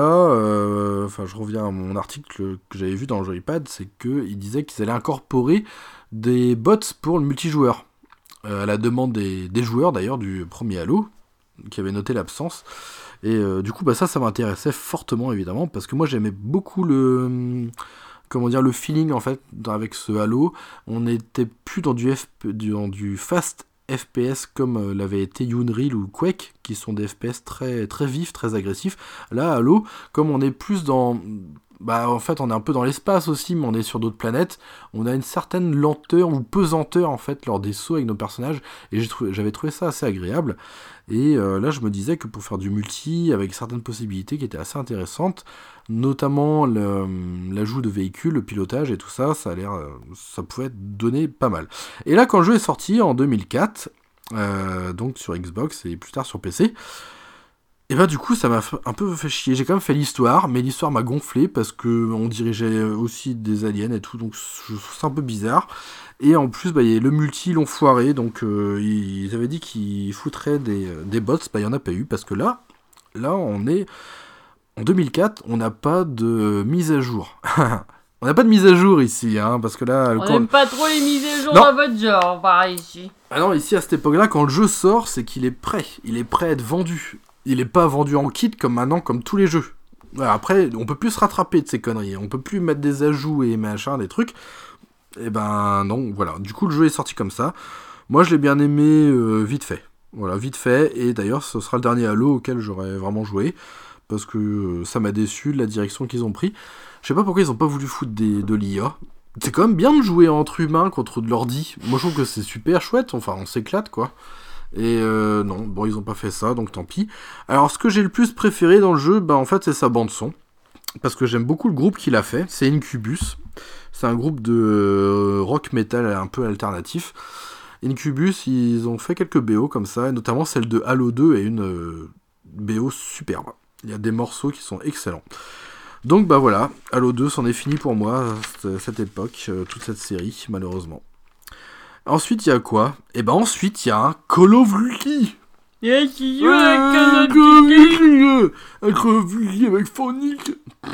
B: je reviens à mon article que j'avais vu dans le Joypad, c'est qu'ils disaient qu'ils allaient incorporer des bots pour le multijoueur. À la demande des joueurs d'ailleurs du premier Halo, qui avaient noté l'absence. Et du coup, ça m'intéressait fortement évidemment, parce que moi j'aimais beaucoup le feeling en fait avec ce Halo. On n'était plus dans du fast FPS comme l'avait été Unreal ou Quake, qui sont des FPS très, très vifs, très agressifs. Là, Halo, comme on est plus dans... en fait, on est un peu dans l'espace aussi, mais on est sur d'autres planètes. On a une certaine lenteur ou pesanteur, en fait, lors des sauts avec nos personnages. Et j'avais trouvé ça assez agréable. Et là, je me disais que pour faire du multi, avec certaines possibilités qui étaient assez intéressantes, notamment l'ajout de véhicules, le pilotage et tout ça, ça pouvait donner pas mal. Et là, quand le jeu est sorti en 2004, donc sur Xbox et plus tard sur PC, et du coup ça m'a un peu fait chier. J'ai quand même fait l'histoire, mais l'histoire m'a gonflé parce que on dirigeait aussi des aliens et tout, donc je trouve ça un peu bizarre. Et en plus, y a le multi, ils l'ont foiré, donc ils avaient dit qu'ils foutraient des bots, il n'y en a pas eu, parce que là on est en 2004, on n'a pas de mise à jour. On n'a pas de mise à jour ici, parce que là...
C: On n'aime pas trop les mises à jour dans votre genre, pareil ici.
B: Ah non, ici à cette époque-là, quand le jeu sort, c'est qu'il est prêt. Il est prêt à être vendu. Il est pas vendu en kit comme maintenant, comme tous les jeux. Voilà, après, on peut plus se rattraper de ces conneries. On peut plus mettre des ajouts et machin, des trucs. Et non, voilà. Du coup, le jeu est sorti comme ça. Moi, je l'ai bien aimé vite fait. Voilà, vite fait. Et d'ailleurs, ce sera le dernier Halo auquel j'aurais vraiment joué. Parce que ça m'a déçu de la direction qu'ils ont pris. Je sais pas pourquoi ils ont pas voulu foutre de l'IA. C'est quand même bien de jouer entre humains contre de l'ordi. Moi, je trouve que c'est super chouette. Enfin, on s'éclate, quoi. Et non, ils ont pas fait ça, donc tant pis. Alors, ce que j'ai le plus préféré dans le jeu, en fait, c'est sa bande-son. Parce que j'aime beaucoup le groupe qui l'a fait. C'est Incubus. C'est un groupe de rock metal un peu alternatif. Incubus, ils ont fait quelques BO comme ça, et notamment celle de Halo 2 est une BO superbe. Il y a des morceaux qui sont excellents. Donc voilà, Halo 2, c'en est fini pour moi, cette époque, toute cette série, malheureusement. Ensuite, il y a quoi ? Ensuite, il y a un Call of Duty.
C: Et qui joue avec Call
B: of Duty avec Phonic.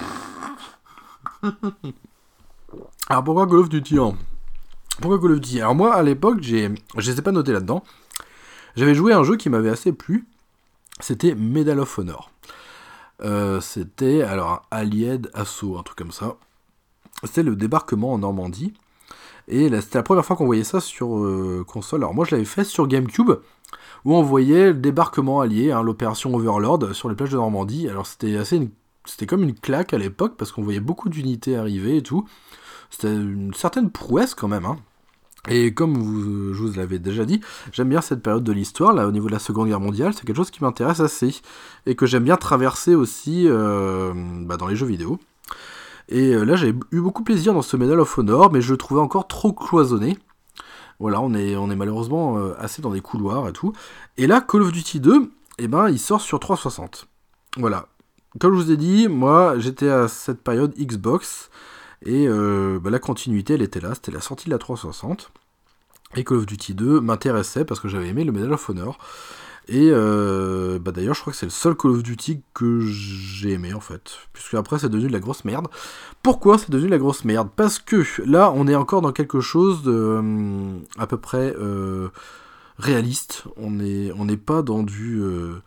B: Alors pourquoi Call of Duty ? Pourquoi Call of Duty ? Alors moi, à l'époque, je les ai pas notés là-dedans. J'avais joué à un jeu qui m'avait assez plu. C'était Medal of Honor. C'était un Allied Assault, un truc comme ça. C'était le débarquement en Normandie. Et là, c'était la première fois qu'on voyait ça sur console. Alors moi, je l'avais fait sur GameCube, où on voyait le débarquement allié, l'opération Overlord, sur les plages de Normandie. Alors c'était comme une claque à l'époque, parce qu'on voyait beaucoup d'unités arriver et tout. C'était une certaine prouesse quand même, Et comme je vous l'avais déjà dit, j'aime bien cette période de l'histoire, là, au niveau de la Seconde Guerre mondiale, c'est quelque chose qui m'intéresse assez, et que j'aime bien traverser aussi dans les jeux vidéo. Et là, j'ai eu beaucoup de plaisir dans ce Medal of Honor, mais je le trouvais encore trop cloisonné. Voilà, on est malheureusement assez dans des couloirs et tout. Et là, Call of Duty 2, il sort sur 360. Voilà. Comme je vous ai dit, moi, j'étais à cette période Xbox, et la continuité, elle était là, c'était la sortie de la 360. Et Call of Duty 2 m'intéressait parce que j'avais aimé le Medal of Honor. Et d'ailleurs, je crois que c'est le seul Call of Duty que j'ai aimé en fait. Puisque après, c'est devenu de la grosse merde. Pourquoi c'est devenu de la grosse merde ? Parce que là, on est encore dans quelque chose de à peu près réaliste. On n'est pas dans du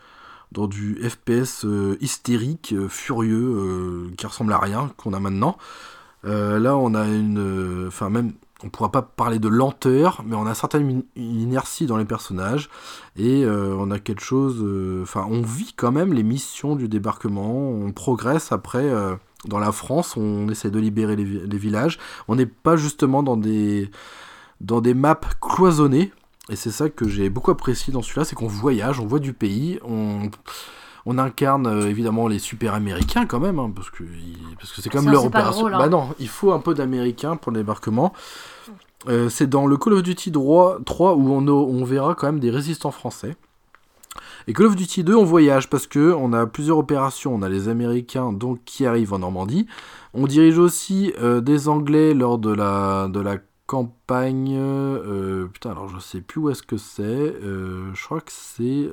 B: FPS hystérique, furieux, qui ressemble à rien qu'on a maintenant. Là, on a même, on pourra pas parler de lenteur, mais on a certaine inertie dans les personnages, et on a quelque chose... on vit quand même les missions du débarquement, on progresse après... dans la France, on essaie de libérer les villages, on n'est pas justement dans des maps cloisonnées, et c'est ça que j'ai beaucoup apprécié dans celui-là, c'est qu'on voyage, on voit du pays, on incarne évidemment les super américains quand même, parce que c'est quand même leur opération.
C: Drôle,
B: non, il faut un peu d'américains pour le débarquement. C'est dans le Call of Duty 3 où on verra quand même des résistants français. Et Call of Duty 2, on voyage parce que on a plusieurs opérations. On a les Américains donc qui arrivent en Normandie. On dirige aussi des Anglais lors de la campagne. Putain, alors je sais plus où est-ce que c'est. Je crois que c'est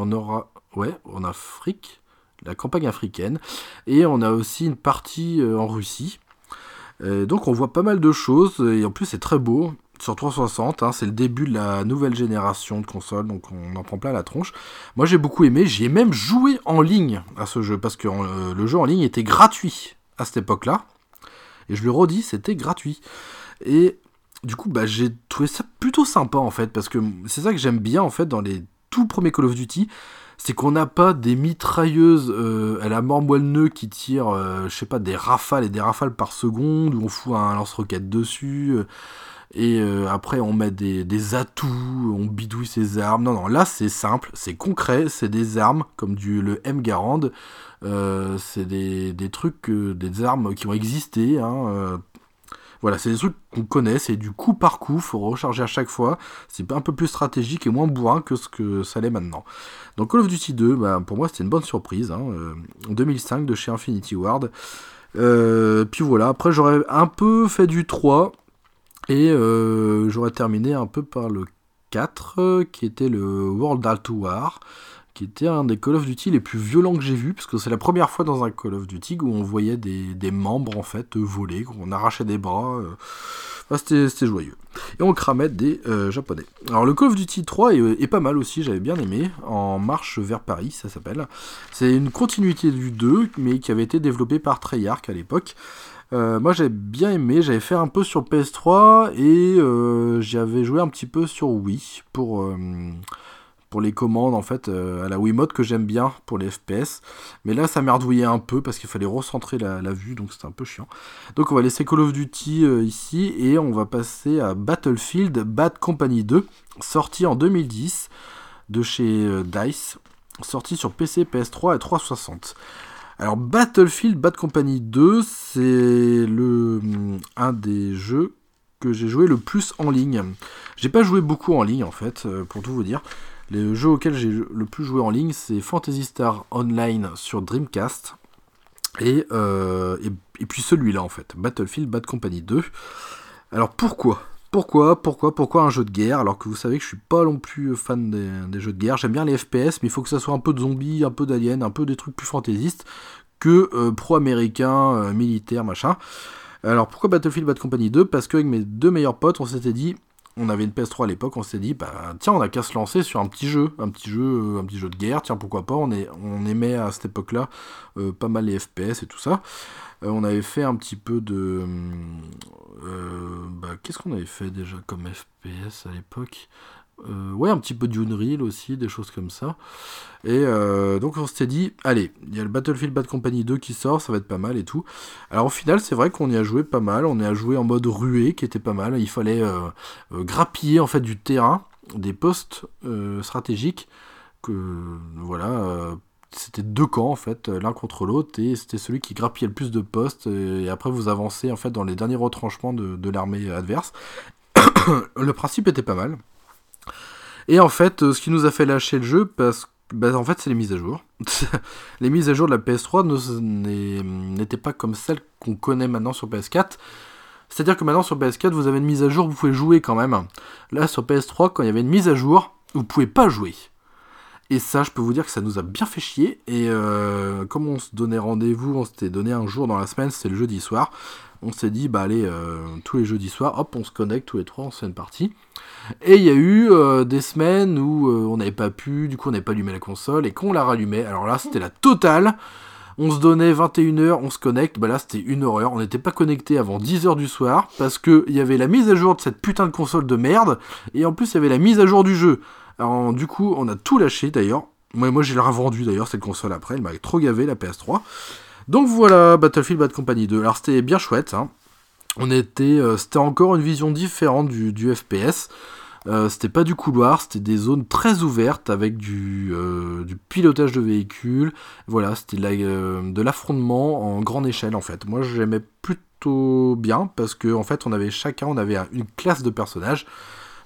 B: en Afrique, la campagne africaine. Et on a aussi une partie en Russie. Donc on voit pas mal de choses. Et en plus, c'est très beau. Sur 360, c'est le début de la nouvelle génération de consoles, donc on en prend plein la tronche. Moi j'ai beaucoup aimé, j'y ai même joué en ligne à ce jeu, parce que le jeu en ligne était gratuit à cette époque-là. Et je le redis, c'était gratuit. Et du coup, j'ai trouvé ça plutôt sympa en fait, parce que c'est ça que j'aime bien en fait dans les tout premiers Call of Duty, c'est qu'on n'a pas des mitrailleuses à la mort moelle-neu qui tirent, je sais pas, des rafales et des rafales par seconde, où on fout un lance-roquette dessus... Et après on met des atouts, on bidouille ses armes. Non, là c'est simple, c'est concret, c'est des armes comme le M-Garand, c'est des trucs, des armes qui ont existé. Voilà, c'est des trucs qu'on connaît, c'est du coup par coup, faut recharger à chaque fois. C'est un peu plus stratégique et moins bourrin que ce que ça l'est maintenant. Donc Call of Duty 2, pour moi c'était une bonne surprise, en 2005 de chez Infinity Ward. Puis voilà, après j'aurais un peu fait du 3. Et j'aurais terminé un peu par le 4, qui était le World at War, qui était un des Call of Duty les plus violents que j'ai vu, parce que c'est la première fois dans un Call of Duty où on voyait des membres en fait voler, on arrachait des bras, c'était joyeux. Et on cramait des japonais. Alors le Call of Duty 3 est pas mal aussi, j'avais bien aimé, En marche vers Paris ça s'appelle. C'est une continuité du 2, mais qui avait été développé par Treyarch à l'époque. Moi j'avais bien aimé, j'avais fait un peu sur PS3 et j'avais joué un petit peu sur Wii pour les commandes en fait à la Wiimote que j'aime bien pour les FPS, mais là ça merdouillait un peu parce qu'il fallait recentrer la vue, donc c'était un peu chiant. Donc on va laisser Call of Duty ici et on va passer à Battlefield Bad Company 2, sorti en 2010 de chez DICE, sorti sur PC, PS3 et 360. Alors Battlefield Bad Company 2, c'est un des jeux que j'ai joué le plus en ligne. J'ai pas joué beaucoup en ligne en fait, pour tout vous dire. Les jeux auxquels j'ai le plus joué en ligne, c'est Phantasy Star Online sur Dreamcast et puis celui-là en fait, Battlefield Bad Company 2. Alors pourquoi un jeu de guerre, alors que vous savez que je suis pas non plus fan des jeux de guerre. J'aime bien les FPS, mais il faut que ça soit un peu de zombies, un peu d'aliens, un peu des trucs plus fantaisistes que pro-américain, militaire, machin. Alors pourquoi Battlefield Bad Company 2 ? Parce qu'avec mes deux meilleurs potes, on s'était dit, on avait une PS3 à l'époque, on s'était dit, tiens, on a qu'à se lancer sur un petit jeu de guerre, tiens, pourquoi pas, on aimait à cette époque-là pas mal les FPS et tout ça. On avait fait un petit peu de... qu'est-ce qu'on avait fait déjà comme FPS à l'époque ? Un petit peu d'Unreal aussi, des choses comme ça. Et donc on s'était dit, allez, il y a le Battlefield Bad Company 2 qui sort, ça va être pas mal et tout. Alors au final, c'est vrai qu'on y a joué pas mal, on y a joué en mode ruée, qui était pas mal. Il fallait grappiller en fait du terrain, des postes stratégiques, c'était deux camps en fait, l'un contre l'autre, et c'était celui qui grappillait le plus de postes, et après vous avancez en fait dans les derniers retranchements de l'armée adverse. Le principe était pas mal. Et en fait, ce qui nous a fait lâcher le jeu, parce que en fait c'est les mises à jour. Les mises à jour de la PS3 n'étaient pas comme celles qu'on connaît maintenant sur PS4. C'est-à-dire que maintenant sur PS4 vous avez une mise à jour, vous pouvez jouer quand même. Là sur PS3, quand il y avait une mise à jour, vous pouvez pas jouer. Et ça, je peux vous dire que ça nous a bien fait chier. Et comme on se donnait rendez-vous, on s'était donné un jour dans la semaine, c'était le jeudi soir. On s'est dit, allez, tous les jeudis soirs, hop, on se connecte tous les trois, on se fait une partie. Et il y a eu des semaines où on n'avait pas pu, du coup on n'avait pas allumé la console, et qu'on la rallumait, alors là c'était la totale. On se donnait 21h, on se connecte, là c'était une horreur, on n'était pas connecté avant 10h du soir, parce qu'il y avait la mise à jour de cette putain de console de merde, et en plus il y avait la mise à jour du jeu. Alors du coup on a tout lâché d'ailleurs, moi j'ai revendu d'ailleurs cette console après, elle m'avait trop gavé la PS3. Donc voilà, Battlefield Bad Company 2, alors c'était bien chouette, c'était encore une vision différente du FPS. C'était pas du couloir, c'était des zones très ouvertes avec du pilotage de véhicules. Voilà, c'était de l'affrontement en grande échelle en fait. Moi j'aimais plutôt bien parce que en fait on avait une classe de personnages.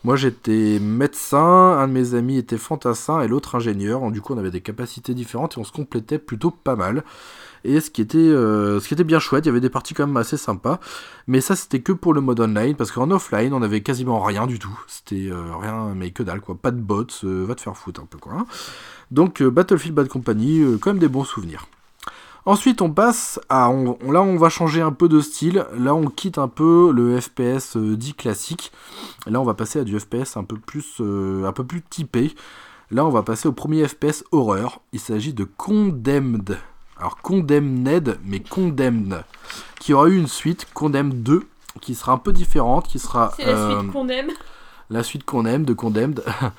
B: Moi j'étais médecin, un de mes amis était fantassin et l'autre ingénieur. Donc, du coup on avait des capacités différentes et on se complétait plutôt pas mal. Et ce qui était bien chouette, il y avait des parties quand même assez sympas. Mais ça c'était que pour le mode online, parce qu'en offline on avait quasiment rien du tout. C'était rien, mais que dalle quoi. Pas de bots, va te faire foutre un peu quoi. Hein. Donc Battlefield Bad Company, quand même des bons souvenirs. Ensuite, on passe à... là, on va changer un peu de style. Là, on quitte un peu le FPS dit classique. Là, on va passer à du FPS un peu plus typé. Là, on va passer au premier FPS horreur. Il s'agit de Condemned. Alors, Condemned, mais Condemned. Qui aura eu une suite, Condemned 2, qui sera un peu différente. Qui sera,
C: c'est la suite Condemned.
B: La suite Condemned de Condemned.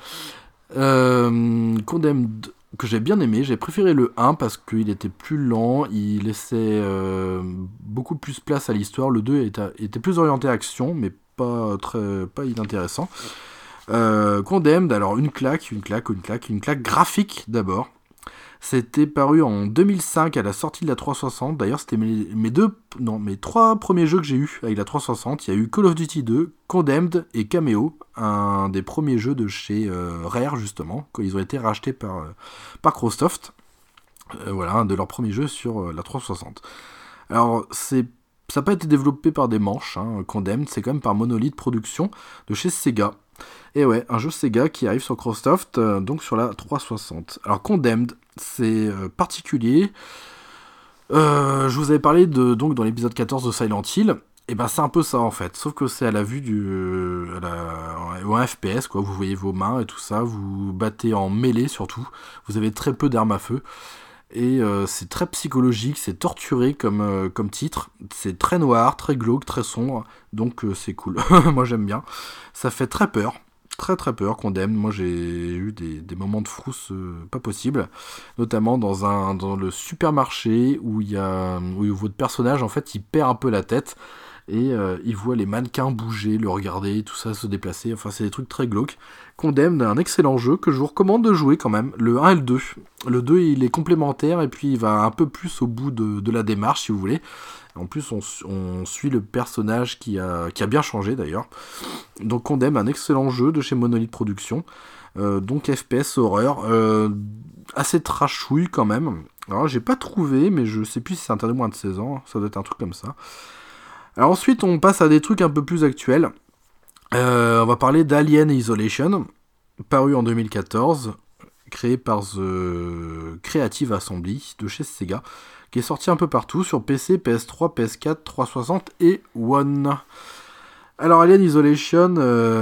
B: Condemned... que j'ai bien aimé, j'ai préféré le 1 parce qu'il était plus lent, il laissait beaucoup plus place à l'histoire, le 2 était plus orienté action, mais pas inintéressant. Condemned, alors une claque graphique d'abord. C'était paru en 2005 à la sortie de la 360. D'ailleurs, c'était mes trois premiers jeux que j'ai eu avec la 360. Il y a eu Call of Duty 2, Condemned et Cameo, un des premiers jeux de chez Rare justement, quand ils ont été rachetés par Microsoft. Voilà, un de leurs premiers jeux sur la 360. Alors, ça n'a pas été développé par des manches, hein, Condemned, c'est quand même par Monolith Productions de chez Sega. Et ouais, un jeu Sega qui arrive sur Microsoft, donc sur la 360. Alors Condemned, c'est particulier. Je vous avais parlé donc dans l'épisode 14 de Silent Hill. Et ben c'est un peu ça en fait, sauf que c'est à la vue ou un FPS quoi. Vous voyez vos mains et tout ça, vous battez en mêlée surtout. Vous avez très peu d'armes à feu. Et c'est très psychologique, c'est torturé comme titre. C'est très noir, très glauque, très sombre. Donc c'est cool. Moi j'aime bien. Ça fait très peur. Très très peur, Condemned. Moi j'ai eu des moments de frousse pas possible. Notamment dans le supermarché où votre personnage en fait il perd un peu la tête. Et il voit les mannequins bouger, le regarder, tout ça se déplacer. Enfin, c'est des trucs très glauques. Condemned, un excellent jeu que je vous recommande de jouer quand même. Le 1 et le 2. Le 2, il est complémentaire et puis il va un peu plus au bout de la démarche, si vous voulez. En plus, on suit le personnage qui a bien changé d'ailleurs. Donc, Condemned, un excellent jeu de chez Monolith Productions. Donc, FPS horreur. Assez trashouille quand même. Alors, j'ai pas trouvé, mais je sais plus si c'est interdit moins de 16 ans. Ça doit être un truc comme ça. Alors ensuite, on passe à des trucs un peu plus actuels. On va parler d'Alien Isolation, paru en 2014, créé par The Creative Assembly de chez Sega, qui est sorti un peu partout sur PC, PS3, PS4, 360 et One. Alors Alien Isolation,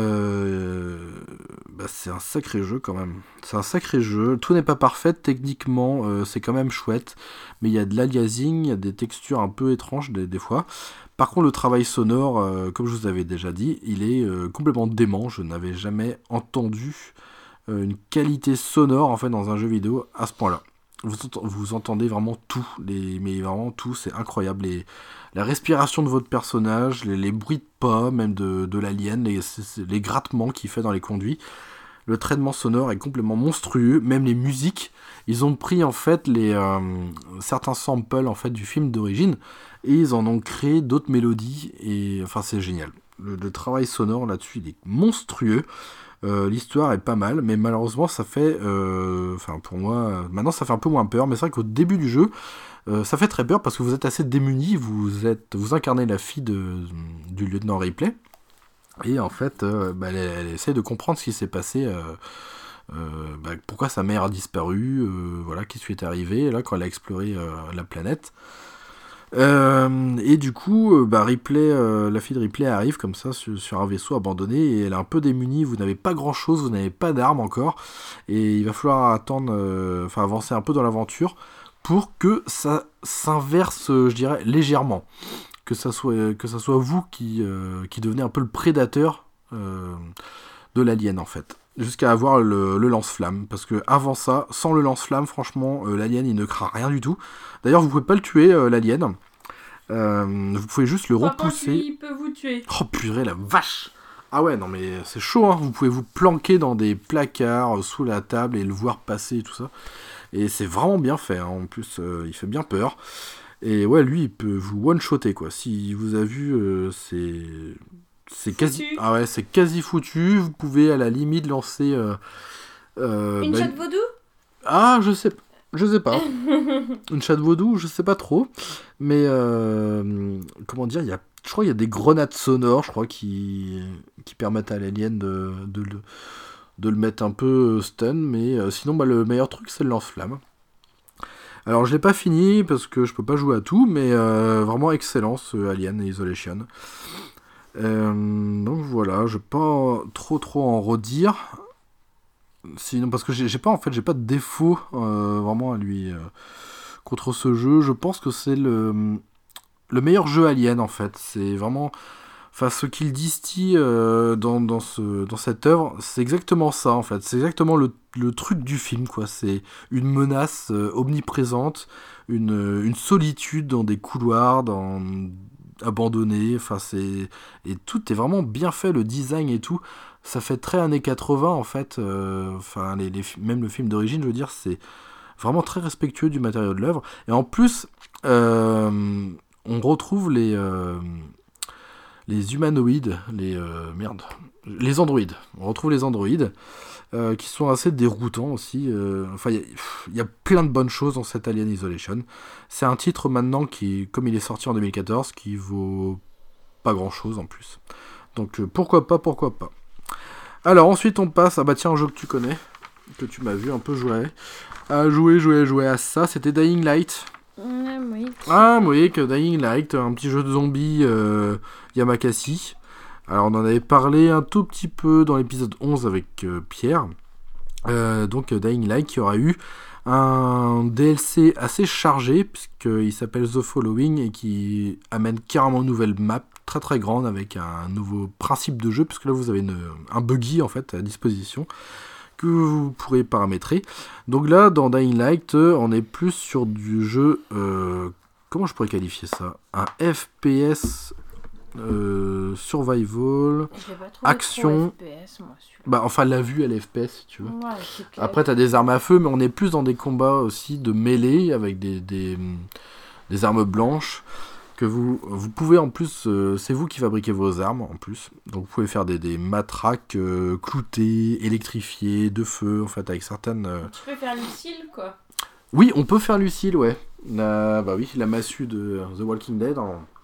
B: c'est un sacré jeu quand même. C'est un sacré jeu. Tout n'est pas parfait techniquement, c'est quand même chouette, mais il y a de l'aliasing, il y a des textures un peu étranges des fois. Par contre, le travail sonore, comme je vous avais déjà dit, il est complètement dément. Je n'avais jamais entendu une qualité sonore en fait dans un jeu vidéo à ce point-là. Vous entendez vraiment tout, mais vraiment tout, c'est incroyable. La respiration de votre personnage, les bruits de pas, même de l'alien, les grattements qu'il fait dans les conduits. Le traitement sonore est complètement monstrueux, même les musiques. Ils ont pris en fait certains samples en fait du film d'origine et ils en ont créé d'autres mélodies et enfin c'est génial. Le travail sonore là-dessus il est monstrueux. L'histoire est pas mal, mais malheureusement ça fait, pour moi, maintenant ça fait un peu moins peur. Mais c'est vrai qu'au début du jeu, ça fait très peur parce que vous êtes assez démunis. Vous incarnez la fille du lieutenant Ripley. Et en fait, elle essaie de comprendre ce qui s'est passé, pourquoi sa mère a disparu, qu'est-ce qui est arrivé, et là, quand elle a exploré la planète. Et du coup, Ripley, la fille de Ripley arrive comme ça sur un vaisseau abandonné, et elle est un peu démunie, vous n'avez pas grand-chose, vous n'avez pas d'armes encore, et il va falloir avancer un peu dans l'aventure pour que ça s'inverse, je dirais, légèrement. Que ça soit vous qui devenez un peu le prédateur de l'alien en fait, jusqu'à avoir le lance-flamme, parce que avant ça, sans le lance-flamme, franchement, l'alien il ne craint rien du tout. D'ailleurs, vous pouvez pas le tuer, l'alien. Vous pouvez juste le repousser.
C: Lui, il peut vous tuer.
B: Oh purée, la vache! Ah ouais, non mais c'est chaud, hein. Vous pouvez vous planquer dans des placards sous la table et le voir passer et tout ça. Et c'est vraiment bien fait, hein. En plus, il fait bien peur. Et ouais, lui, il peut vous one-shotter, quoi. Si vous avez vu, c'est quasi foutu. Vous pouvez à la limite lancer...
C: une chatte vaudou.
B: Ah, je sais pas. Une chatte vaudou, je sais pas trop. Mais, comment dire, je crois qu'il y a des grenades sonores, je crois, qui permettent à l'alien de le mettre un peu stun. Mais sinon, le meilleur truc, c'est le lance-flamme. Alors, je l'ai pas fini, parce que je peux pas jouer à tout, mais vraiment excellent, ce Alien Isolation. Donc voilà, je vais pas trop en redire. Sinon, parce que j'ai pas de défaut vraiment à lui contre ce jeu. Je pense que c'est le meilleur jeu Alien en fait. C'est vraiment, enfin, ce qu'il distille dans cette œuvre, c'est exactement ça en fait. C'est exactement le truc du film quoi. C'est une menace omniprésente, une solitude dans des couloirs, abandonnés. Enfin et tout est vraiment bien fait, le design et tout. Ça fait très années 80 en fait, même le film d'origine, je veux dire, c'est vraiment très respectueux du matériau de l'œuvre. Et en plus, on retrouve les humanoïdes, les androïdes. On retrouve les androïdes qui sont assez déroutants aussi. Il y a plein de bonnes choses dans cet Alien Isolation. C'est un titre maintenant qui, comme il est sorti en 2014, qui vaut pas grand chose en plus. Donc pourquoi pas. Alors ensuite on passe, un jeu que tu connais, que tu m'as vu un peu jouer à ça, c'était Dying Light.
C: Oui.
B: Ah oui, que Dying Light, un petit jeu de zombies Yamakasi. Alors on en avait parlé un tout petit peu dans l'épisode 11 avec Pierre. Donc Dying Light qui aura eu un DLC assez chargé, puisqu'il s'appelle The Following et qui amène carrément une nouvelle map très très grande avec un nouveau principe de jeu, puisque là vous avez un buggy en fait à disposition que vous pourrez paramétrer. Donc là dans Dying Light on est plus sur du jeu, comment je pourrais qualifier ça, un FPS survival, action.
C: FPS, moi,
B: Enfin la vue à l'FPS si tu veux.
C: Ouais,
B: après t'as des armes à feu, mais on est plus dans des combats aussi de mêlée avec des armes blanches que vous pouvez en plus, c'est vous qui fabriquez vos armes en plus, donc vous pouvez faire des matraques cloutées, électrifiées, de feu en fait avec certaines.
C: Tu peux faire Lucille quoi.
B: Oui, on peut faire Lucille, ouais. La massue de The Walking Dead.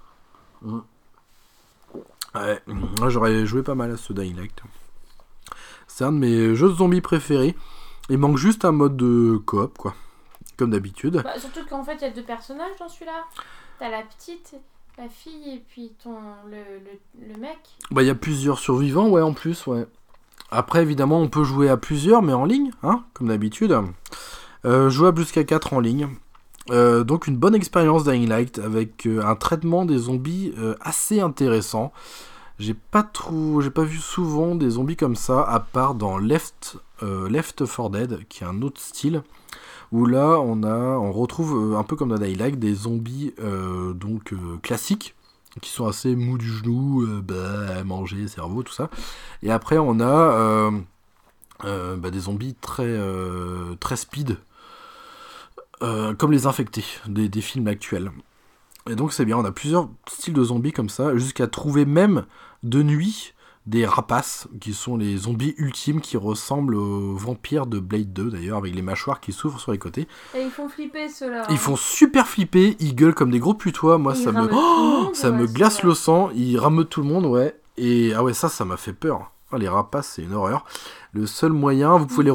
B: Ouais, moi j'aurais joué pas mal à ce Dying Light. C'est un de mes jeux de zombies préférés. Il manque juste un mode de coop quoi, comme d'habitude.
C: Surtout qu'en fait il y a 2 personnages dans celui-là. T'as la petite, la fille et puis le mec.
B: Il y a plusieurs survivants, ouais, en plus, ouais. Après, évidemment, on peut jouer à plusieurs, mais en ligne, hein, comme d'habitude. Jouable jusqu'à 4 en ligne. Donc une bonne expérience Dying Light avec un traitement des zombies assez intéressant. J'ai pas vu souvent des zombies comme ça, à part dans Left 4 Dead, qui est un autre style. Où là, on retrouve, un peu comme dans Dying Light, des zombies classiques, qui sont assez mous du genou, manger, cerveau, tout ça. Et après, on a des zombies très speed, comme les infectés des films actuels. Et donc c'est bien, on a plusieurs styles de zombies comme ça, jusqu'à trouver même de nuit des rapaces, qui sont les zombies ultimes qui ressemblent aux vampires de Blade 2 d'ailleurs, avec les mâchoires qui s'ouvrent sur les côtés.
C: Et ils font flipper ceux-là.
B: Ils font super flipper, ils gueulent comme des gros putois, moi ça me glace le sang, ils rameutent tout le monde, ouais. Et ah ouais, ça m'a fait peur. Les rapaces, c'est une horreur. Le seul moyen, vous pouvez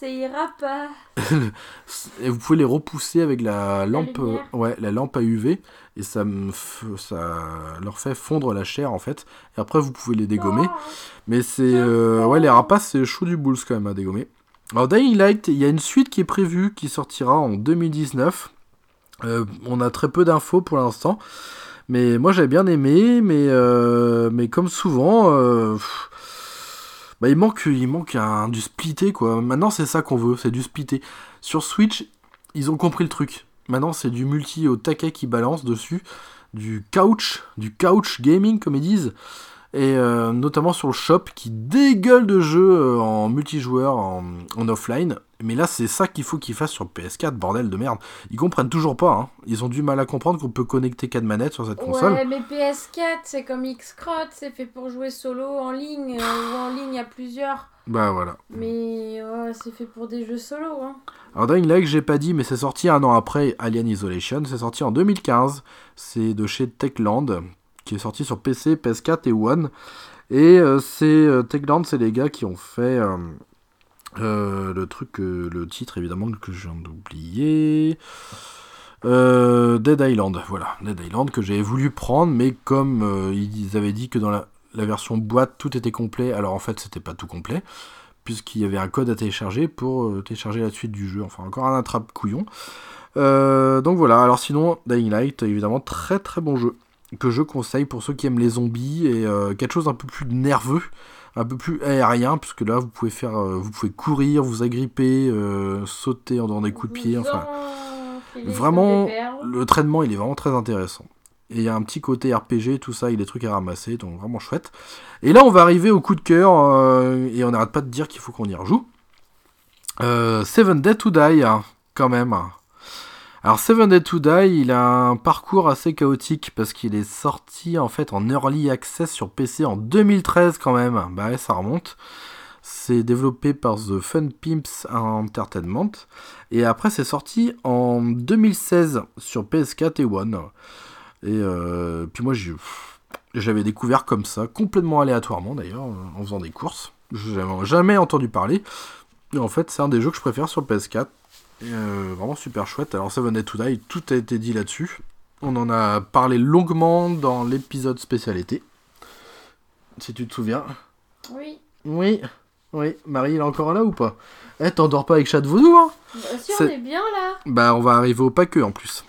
B: et vous pouvez les repousser avec la lampe à UV, et ça leur fait fondre la chair en fait. Et après vous pouvez les dégommer. Mais c'est les rapaces, c'est chaud du boules quand même à dégommer. Alors Dying Light, il y a une suite qui est prévue, qui sortira en 2019. On a très peu d'infos pour l'instant, mais moi j'avais bien aimé, mais comme souvent. Il manque du splitté quoi. Maintenant c'est ça qu'on veut, c'est du splitté. Sur Switch, ils ont compris le truc. Maintenant c'est du multi au taquet qui balance dessus, du couch gaming comme ils disent, et notamment sur le shop qui dégueule de jeux en multijoueur, en offline, Mais là, c'est ça qu'il faut qu'ils fassent sur PS4, bordel de merde. Ils comprennent toujours pas, hein. Ils ont du mal à comprendre qu'on peut connecter 4 manettes sur cette console.
C: Ouais, mais PS4, c'est comme X-Crot, c'est fait pour jouer solo en ligne, ou en ligne à plusieurs.
B: Bah voilà.
C: Mais c'est fait pour des jeux solo, hein.
B: Alors Dying Light, j'ai pas dit, mais c'est sorti un an après Alien Isolation. C'est sorti en 2015. C'est de chez Techland, qui est sorti sur PC, PS4 et One. Et Techland, c'est les gars qui ont fait... le titre évidemment que je viens d'oublier, Dead Island, voilà, Dead Island que j'avais voulu prendre, mais comme ils avaient dit que dans la version boîte tout était complet, alors en fait c'était pas tout complet, puisqu'il y avait un code à télécharger pour télécharger la suite du jeu, enfin encore un attrape-couillon. Donc voilà, alors sinon Dying Light, évidemment très très bon jeu, que je conseille pour ceux qui aiment les zombies, et quelque chose un peu plus nerveux, un peu plus aérien, puisque là vous pouvez courir, vous agripper, sauter en donnant des coups de pied, enfin vraiment le traitement il est vraiment très intéressant. Et il y a un petit côté RPG, tout ça, il y a des trucs à ramasser, donc vraiment chouette. Et là on va arriver au coup de cœur, et on n'arrête pas de dire qu'il faut qu'on y rejoue. Seven Days to Die, hein, quand même. Alors Seven Days to Die, il a un parcours assez chaotique parce qu'il est sorti en fait en early access sur PC en 2013 quand même. Bah ouais, ça remonte. C'est développé par The Fun Pimps Entertainment et après c'est sorti en 2016 sur PS4 et One. Et puis moi j'avais découvert comme ça, complètement aléatoirement d'ailleurs, en faisant des courses. Je n'avais jamais entendu parler. Et en fait c'est un des jeux que je préfère sur PS4. Vraiment super chouette. Alors Seven Days to Die, tout a été dit là-dessus. On en a parlé longuement dans l'épisode spécial été. Si tu te souviens. Oui. Marie, il est encore là ou pas? T'endors pas avec Chat de Vaudou, hein?
C: Si, on est bien là.
B: Bah on va arriver au paqueux en plus.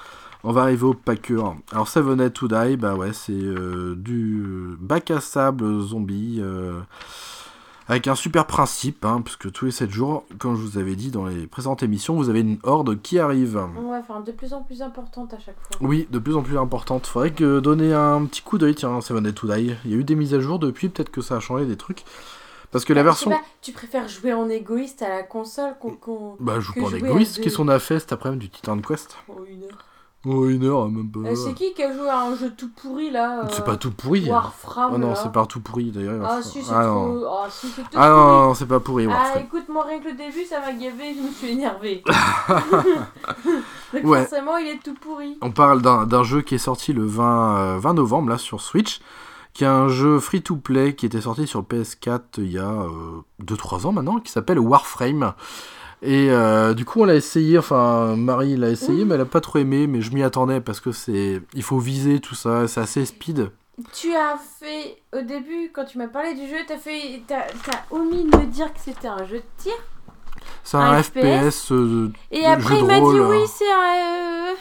B: Alors Seven Days to Die, bah ouais, c'est du bac à sable zombie, avec un super principe, hein, puisque tous les 7 jours, comme je vous avais dit dans les précédentes émissions, vous avez une horde qui arrive.
C: Ouais, enfin de plus en plus importante à chaque fois.
B: Oui, de plus en plus importante. Faudrait que donner un petit coup d'œil, tiens, Seven Days to Die. Il y a eu des mises à jour depuis, peut-être que ça a changé des trucs. Parce que la version...
C: Je sais pas, tu préfères jouer en égoïste à la console
B: Bah, je joue pas en égoïste. Qu'est-ce qu'on a fait cet après-midi du Titan Quest?
C: Une heure,
B: même pas.
C: C'est qui a joué à un jeu tout pourri là
B: C'est pas tout pourri.
C: Warframe.
B: Oh non,
C: là.
B: c'est pas tout pourri d'ailleurs.
C: Ah si, c'est trop. Ah si, c'est tout pourri.
B: Non, c'est pas pourri.
C: Ah écoute, moi rien que le début ça m'a gavé, je me suis énervé. Donc
B: ouais.
C: Forcément, il est tout pourri.
B: On parle d'un jeu qui est sorti le 20 novembre là sur Switch, qui est un jeu free-to-play qui était sorti sur PS4 il y a 2-3 ans maintenant, qui s'appelle Warframe. Et du coup on l'a essayé, enfin Marie l'a essayé mais elle a pas trop aimé, mais je m'y attendais parce que il faut viser tout ça, c'est assez speed.
C: Tu as fait, au début quand tu m'as parlé du jeu, t'as omis de me dire que c'était un jeu de tir.
B: C'est un FPS
C: et après il m'a dit oui c'est un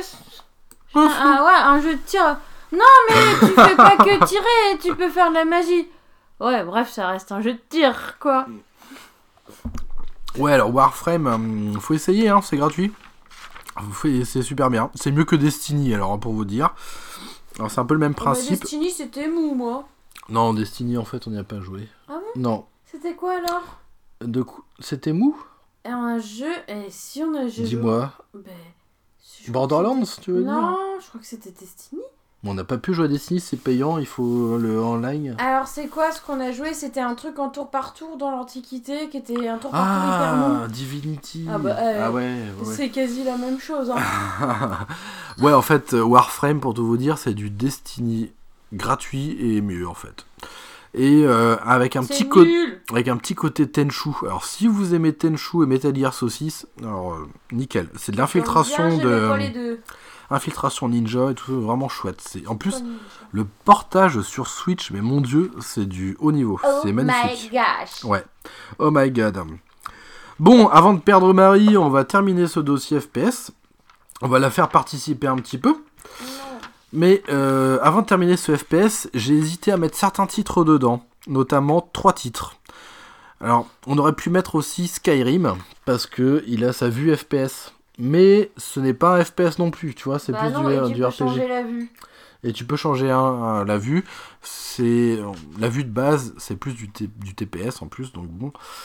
C: un jeu de tir. Non mais tu fais pas que tirer, tu peux faire de la magie. Ouais bref ça reste un jeu de tir quoi.
B: Ouais, alors Warframe, faut essayer, hein, c'est gratuit. C'est super bien. C'est mieux que Destiny, alors, pour vous dire. Alors, c'est un peu le même principe.
C: Destiny, c'était mou, moi.
B: Non, Destiny, en fait, on n'y a pas joué.
C: Ah bon?
B: Non.
C: C'était quoi, alors?
B: C'était mou?
C: Un jeu... Et si on a joué...
B: Dis-moi. Borderlands, tu veux dire?
C: Non, je crois que c'était Destiny.
B: On n'a pas pu jouer à Destiny, c'est payant, il faut le online.
C: Alors c'est quoi ce qu'on a joué? C'était un truc en tour par tour dans l'Antiquité, qui était un tour par tour hyper mou.
B: Ah, Divinity.
C: Ouais. C'est quasi la même chose. Hein.
B: Ouais, en fait, Warframe, pour tout vous dire, c'est du Destiny gratuit et mieux, en fait. Et avec un petit côté Tenchu. Alors si vous aimez Tenchu et Metal Gear Saucisse, alors nickel. C'est de l'infiltration infiltration ninja et tout, vraiment chouette. En plus, le portage sur Switch, mais mon dieu, c'est du haut niveau. C'est magnifique.
C: Oh my gosh.
B: Ouais. Oh my god. Bon, avant de perdre Marie, on va terminer ce dossier FPS. On va la faire participer un petit peu. Mais avant de terminer ce FPS, j'ai hésité à mettre certains titres dedans, notamment 3 titres. Alors, on aurait pu mettre aussi Skyrim, parce qu'il a sa vue FPS. Mais ce n'est pas un FPS non plus, tu vois, c'est plus du RPG.
C: Changer la vue.
B: Et tu peux changer la vue. La vue de base, c'est plus du TPS en plus, donc bon.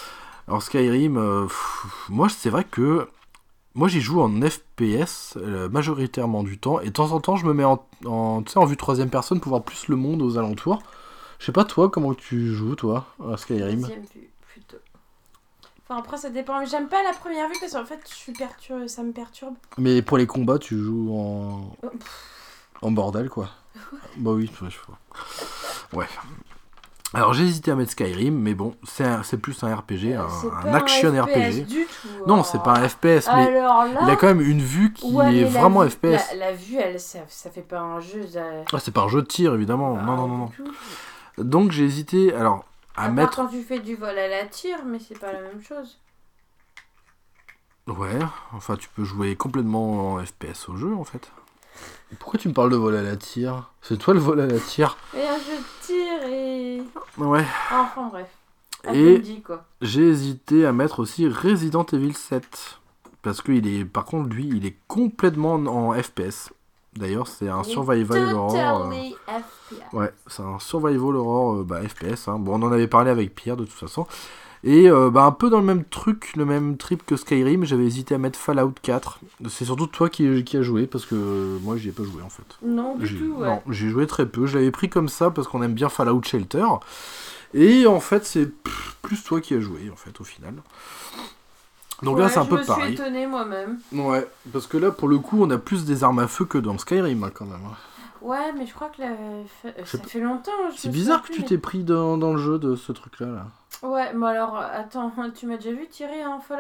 B: Alors Skyrim, moi c'est vrai que moi j'y joue en FPS majoritairement du temps, et de temps en temps je me mets tu sais, en vue troisième personne pour voir plus le monde aux alentours. Je sais pas toi comment tu joues toi à Skyrim.
C: Deuxième vue plutôt. Enfin après ça dépend, mais j'aime pas la première vue parce qu'en fait ça me perturbe.
B: Mais pour les combats tu joues en bordel quoi. Bah oui, ouais. Alors j'ai hésité à mettre Skyrim, mais bon, c'est plus un RPG, un action
C: FPS
B: RPG.
C: Du tout.
B: Non, c'est pas un FPS, mais
C: là,
B: il a quand même une vue qui est vraiment FPS.
C: La vue, ça fait pas un jeu.
B: C'est pas un jeu de tir, évidemment.
C: Bah,
B: non. Donc j'ai hésité à mettre...
C: quand tu fais du vol à la tire, mais c'est pas la même chose.
B: Ouais, enfin tu peux jouer complètement en FPS au jeu en fait. Pourquoi tu me parles de vol à la tire ? C'est toi le vol à la tire ?
C: Et un jeu de tir et...
B: Ouais.
C: Enfin bref.
B: Et
C: quoi.
B: J'ai hésité à mettre aussi Resident Evil 7. Parce que par contre lui, il est complètement en FPS. D'ailleurs, c'est un survival horror. Ouais, c'est un survival horror FPS. Hein. Bon, on en avait parlé avec Pierre de toute façon. Et un peu dans le même truc, le même trip que Skyrim, j'avais hésité à mettre Fallout 4. C'est surtout toi qui a joué, parce que moi j'y ai pas joué en fait.
C: Non, du tout, ouais.
B: Non, j'ai joué très peu. Je l'avais pris comme ça parce qu'on aime bien Fallout Shelter. Et en fait, c'est plus toi qui as joué en fait au final. Donc là, c'est un peu pareil.
C: Je me suis étonné moi-même.
B: Ouais, parce que là, pour le coup, on a plus des armes à feu que dans Skyrim hein, quand même.
C: Ouais, mais je crois que ça fait longtemps.
B: C'est bizarre que tu t'es pris dans le jeu de ce truc-là. Là.
C: Ouais, mais alors, attends, tu m'as déjà vu tirer un Fallout ?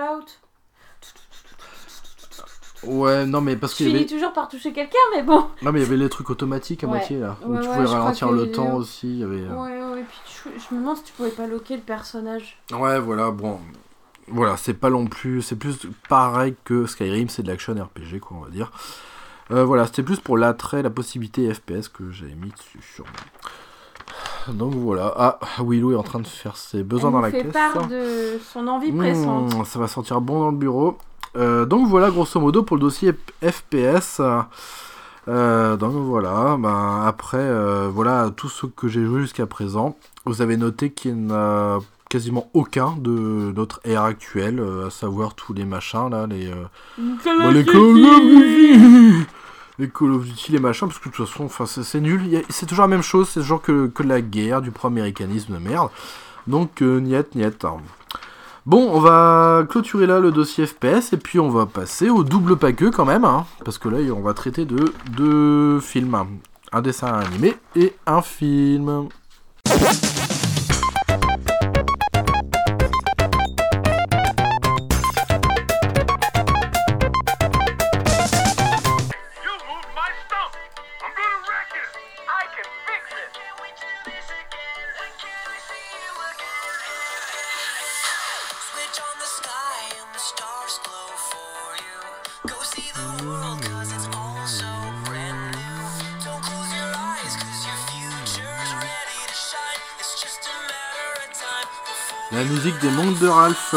B: Ouais, non, mais parce que.
C: Je finis toujours par toucher quelqu'un, mais bon.
B: Non, mais il y avait les trucs automatiques à moitié là. Où tu pouvais ralentir le temps aussi. Il y avait,
C: Ouais, et puis je me demande si tu pouvais pas loquer le personnage.
B: Ouais, voilà, bon. Voilà, c'est pas non plus. C'est plus pareil que Skyrim, c'est de l'action RPG, quoi, on va dire. Voilà, c'était plus pour l'attrait, la possibilité FPS que j'avais mis dessus. Donc voilà. Ah, Willow est en train de faire ses besoins dans la caisse.
C: Elle fait part de son envie pressante.
B: Ça va sentir bon dans le bureau. Donc voilà, grosso modo, pour le dossier FPS. Donc voilà. Après, voilà tout ce que j'ai joué jusqu'à présent. Vous avez noté qu'il n'y en a quasiment aucun de notre ère actuelle, à savoir tous les machins là, les Call of Duty, les machins, parce que de toute façon, c'est nul. C'est toujours la même chose, c'est toujours que la guerre, du pro-américanisme de merde. Donc, niet. Bon, on va clôturer là le dossier FPS, et puis on va passer au double paqueux quand même, hein, parce que là, on va traiter de 2 films. Un dessin animé et un film. La musique des mondes de Ralph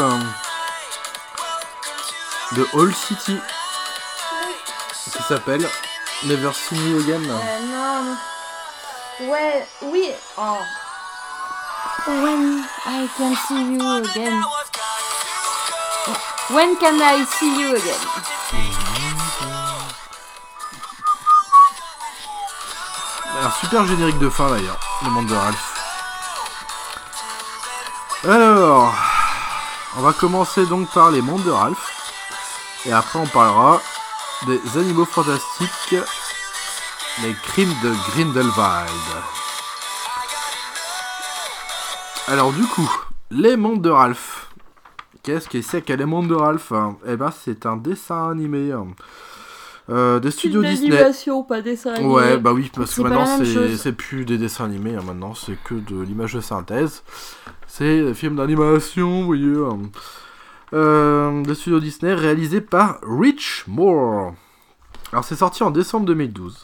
B: de Hall City qui s'appelle Never See Me Again.
C: Non. Ouais, oui. Oh. When I can see you again. When can I see you again?
B: Un super générique de fin d'ailleurs, le monde de Ralph. Alors, on va commencer donc par les mondes de Ralph. Et après on parlera des animaux fantastiques, les crimes de Grindelwald. Alors du coup, les mondes de Ralph. Qu'est-ce que c'est que les mondes de Ralph ? Eh ben c'est un dessin animé. Des studios Disney.
C: D'animation, pas dessin animé.
B: Ouais, bah oui, parce que
C: c'est
B: maintenant c'est plus des dessins animés, hein, maintenant c'est que de l'image de synthèse. C'est des films d'animation, vous voyez. Des studios Disney réalisés par Rich Moore. Alors c'est sorti en décembre 2012.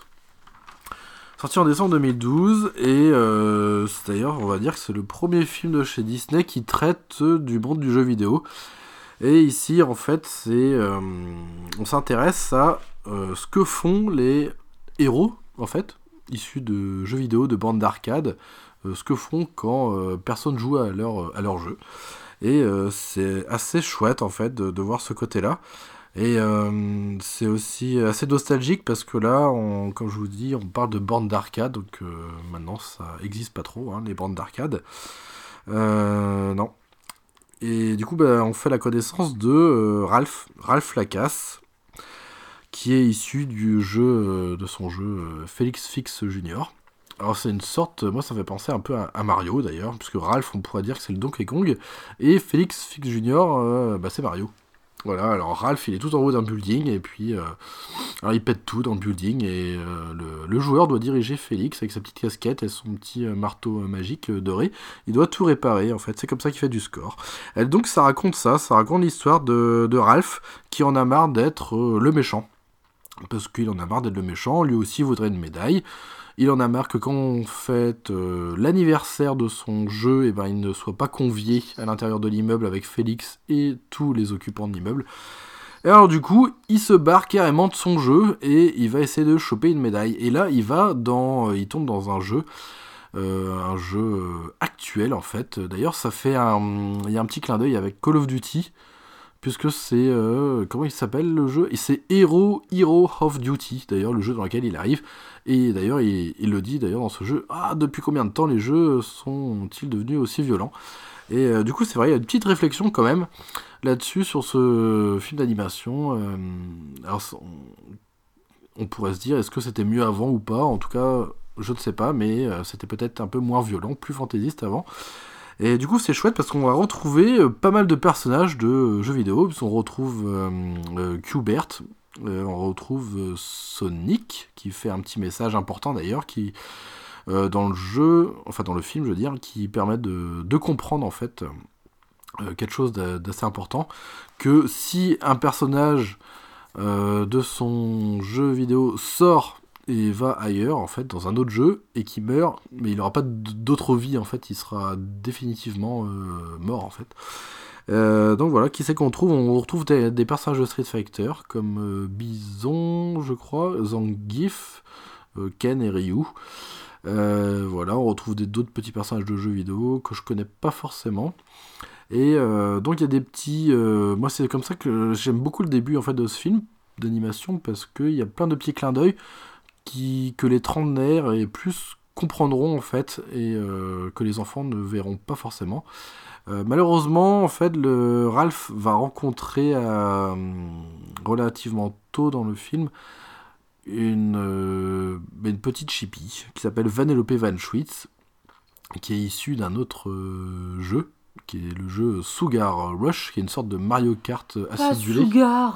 B: Et c'est d'ailleurs, on va dire que c'est le premier film de chez Disney qui traite du monde du jeu vidéo. Et ici, en fait, on s'intéresse à ce que font les héros, en fait, issus de jeux vidéo, de bandes d'arcade, ce que font quand personne joue à leur jeu. Et c'est assez chouette en fait de voir ce côté-là. Et c'est aussi assez nostalgique parce que là, comme je vous dis, on parle de bornes d'arcade, donc maintenant ça existe pas trop, hein, les bornes d'arcade. Non. Et du coup, on fait la connaissance de Ralph Lacasse, qui est issu du jeu, de son jeu Félix Fix Junior. Alors c'est une sorte, moi ça me fait penser un peu à Mario d'ailleurs, puisque Ralph on pourrait dire que c'est le Donkey Kong, et Félix Fix Junior, c'est Mario. Voilà, alors Ralph il est tout en haut d'un building, et puis alors il pète tout dans le building, et le joueur doit diriger Félix avec sa petite casquette et son petit marteau magique doré. Il doit tout réparer en fait, c'est comme ça qu'il fait du score. Et donc ça raconte l'histoire de Ralph qui en a marre d'être le méchant. Parce qu'il en a marre d'être le méchant, lui aussi voudrait une médaille. Il en a marre que quand on fête l'anniversaire de son jeu, il ne soit pas convié à l'intérieur de l'immeuble avec Félix et tous les occupants de l'immeuble. Et alors du coup, il se barre carrément de son jeu et il va essayer de choper une médaille. Et là, il tombe dans un jeu actuel en fait. D'ailleurs, il y a un petit clin d'œil avec Call of Duty. Puisque c'est... comment il s'appelle le jeu ? Et c'est Hero of Duty, d'ailleurs, le jeu dans lequel il arrive. Et d'ailleurs, il le dit d'ailleurs dans ce jeu. Ah, depuis combien de temps les jeux sont-ils devenus aussi violents ? Et du coup, c'est vrai, il y a une petite réflexion quand même là-dessus, sur ce film d'animation. Alors, on pourrait se dire, est-ce que c'était mieux avant ou pas ? En tout cas, je ne sais pas, mais c'était peut-être un peu moins violent, plus fantaisiste avant. Et du coup, c'est chouette parce qu'on va retrouver pas mal de personnages de jeux vidéo. On retrouve Q-Bert, on retrouve Sonic, qui fait un petit message important d'ailleurs, qui dans le film, je veux dire, qui permet de comprendre en fait quelque chose d'assez important, que si un personnage de son jeu vidéo sort et va ailleurs, en fait, dans un autre jeu, et qui meurt, mais il n'aura pas d'autre vie, en fait, il sera définitivement mort, en fait. Donc voilà, qui c'est qu'on retrouve ? On retrouve des personnages de Street Fighter, comme Bison, je crois, Zangief, Ken et Ryu. Voilà, on retrouve d'autres petits personnages de jeux vidéo que je connais pas forcément. Et donc il y a des petits... moi c'est comme ça que j'aime beaucoup le début en fait de ce film d'animation, parce qu'il y a plein de petits clins d'œil que les trentenaires et plus comprendront en fait, et que les enfants ne verront pas forcément. Malheureusement, en fait, le Ralph va rencontrer relativement tôt dans le film une petite chippie qui s'appelle Vanellope Van Schweetz, qui est issue d'un autre jeu, qui est le jeu Sugar Rush, qui est une sorte de Mario Kart acidulé.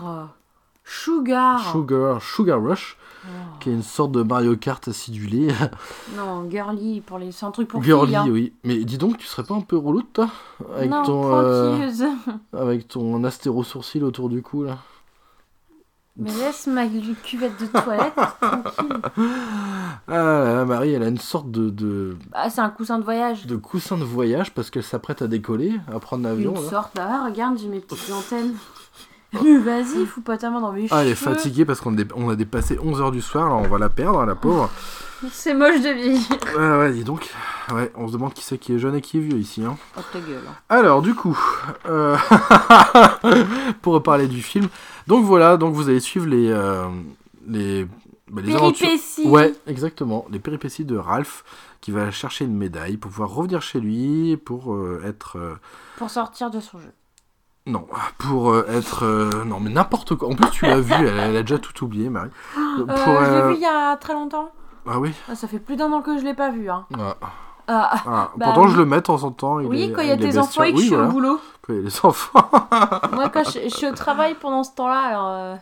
B: Sugar Rush, qui est une sorte de Mario Kart acidulé.
C: Non, girly, c'est un truc pour
B: girly,
C: filles. Hein.
B: Oui. Mais dis donc, tu serais pas un peu relou, toi, avec avec ton astéro sourcil autour du cou, là.
C: Mais laisse ma cuvette de toilette tranquille.
B: Ah, Marie, elle a une sorte de...
C: Ah, c'est un coussin de voyage.
B: De coussin de voyage, parce qu'elle s'apprête à décoller, à prendre l'avion.
C: Une sorte, regarde, j'ai mes petites antennes. Mais vas-y, fous pas ta main dans mes cheveux.
B: Elle est fatiguée parce qu'on a dépassé 11h du soir, là on va la perdre, la pauvre.
C: C'est moche de vieillir.
B: Ouais, dis donc. Ouais, on se demande qui c'est qui est jeune et qui est vieux ici. Hein.
C: Oh ta gueule.
B: Alors, du coup, pour reparler du film, donc voilà, donc vous allez suivre les
C: péripéties.
B: Ouais, exactement, les péripéties de Ralph, qui va chercher une médaille pour pouvoir revenir chez lui, pour être...
C: Pour sortir de son jeu.
B: Non, pour être... non, mais n'importe quoi. En plus, tu l'as vu, elle a déjà tout oublié, Marie.
C: Je l'ai vu il y a très longtemps.
B: Ah oui.
C: Ça fait plus d'1 an que je l'ai pas vu. Hein.
B: Pourtant, je le mets de temps en temps.
C: Quand il y a tes enfants et que je suis au boulot.
B: Quand il y a les enfants.
C: Moi, quand je suis au travail pendant ce temps-là,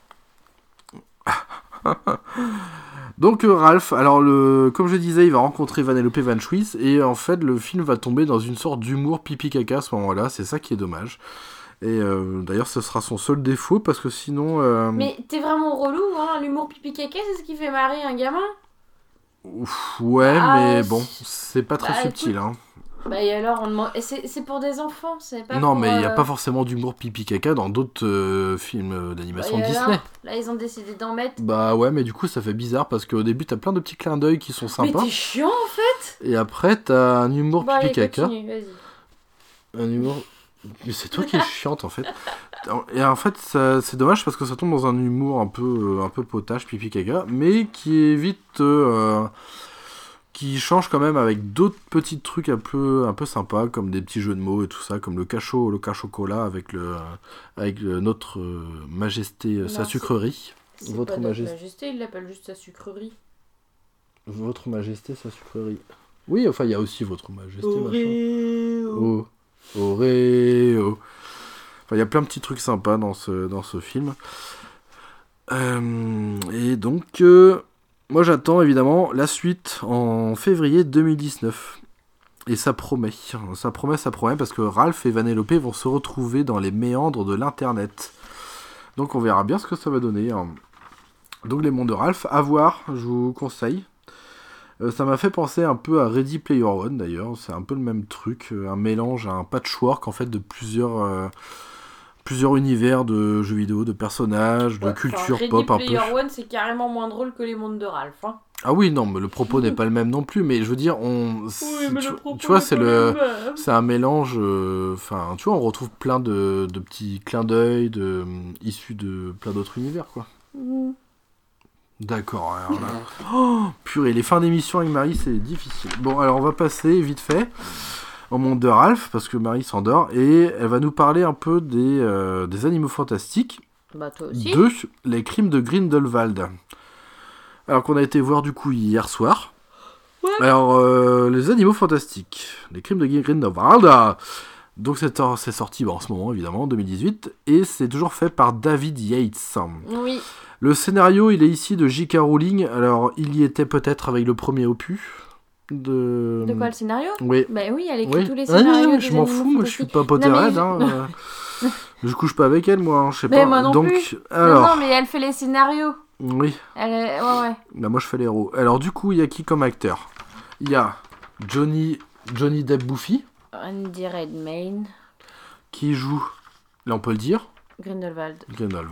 C: alors...
B: Donc Ralph, alors comme je disais, il va rencontrer Vanellope Van Schweetz, et en fait le film va tomber dans une sorte d'humour pipi-caca à ce moment-là, c'est ça qui est dommage. Et d'ailleurs ce sera son seul défaut, parce que sinon...
C: Mais t'es vraiment relou, hein, l'humour pipi-caca, c'est ce qui fait marrer un gamin.
B: Ouais, mais bon, c'est pas très subtil.
C: Écoute...
B: Hein.
C: Bah et alors, c'est pour des enfants, c'est pas
B: non,
C: pour...
B: mais il n'y a pas forcément d'humour pipi-caca dans d'autres films d'animation Disney.
C: Là, ils ont décidé d'en mettre.
B: Bah ouais, mais du coup, ça fait bizarre, parce qu'au début, t'as plein de petits clins d'œil qui sont sympas.
C: Mais t'es chiant, en fait.
B: Et après, t'as un humour pipi-caca.
C: Allez, continue, vas-y.
B: Un humour... Mais c'est toi qui es chiante en fait. Et en fait, c'est dommage parce que ça tombe dans un humour un peu potage, pipi caca, mais qui évite, qui change quand même avec d'autres petits trucs un peu sympas, comme des petits jeux de mots et tout ça, comme le cachocolat avec notre majesté, sa sucrerie.
C: C'est votre pas majesté, il l'appelle juste sa sucrerie.
B: Votre majesté, sa sucrerie. Oui, enfin, il y a aussi votre majesté,
C: Oreo.
B: Oreo. Enfin, il y a plein de petits trucs sympas dans ce film. Et donc, moi j'attends évidemment la suite en février 2019. Et ça promet, parce que Ralph et Vanellope vont se retrouver dans les méandres de l'internet. Donc on verra bien ce que ça va donner. Donc les mondes de Ralph, à voir, je vous conseille. Ça m'a fait penser un peu à Ready Player One d'ailleurs, c'est un peu le même truc, un mélange, un patchwork en fait de plusieurs univers de jeux vidéo, de personnages, de culture pop un peu.
C: Ready Player One c'est carrément moins drôle que les mondes de Ralph. Hein.
B: Ah oui, non, mais le propos n'est pas le même non plus, mais je veux dire, tu vois, c'est un mélange, enfin, tu vois, on retrouve plein de petits clins d'œil issus de plein d'autres univers, quoi.
C: Mmh.
B: D'accord, alors là... Oh, purée, les fins d'émission avec Marie, c'est difficile. Bon, alors on va passer, vite fait, au monde de Ralph, parce que Marie s'endort, et elle va nous parler un peu des animaux fantastiques,
C: bah, toi aussi.
B: de les crimes de Grindelwald. Alors qu'on a été voir du coup hier soir. Ouais. Alors, les animaux fantastiques, les crimes de Grindelwald. Donc c'est sorti en ce moment, évidemment, en 2018, et c'est toujours fait par David Yates.
C: Oui.
B: Le scénario, il est ici de J.K. Rowling. Alors, il y était peut-être avec le premier opus. De
C: quoi, le scénario ?
B: Oui.
C: Bah oui, elle écrit tous les scénarios.
B: Non, je m'en fous, moi je suis pas Potterhead. Je couche pas avec elle, moi, je sais pas.
C: Moi non
B: donc,
C: plus.
B: alors...
C: Non, mais elle fait les scénarios.
B: Oui.
C: Ouais.
B: Bah, moi je fais les héros. Alors, du coup, il y a qui comme acteur ? Il y a Johnny Depp Buffy.
C: Andy Redmayne.
B: Qui joue, là on peut le dire,
C: Grindelwald.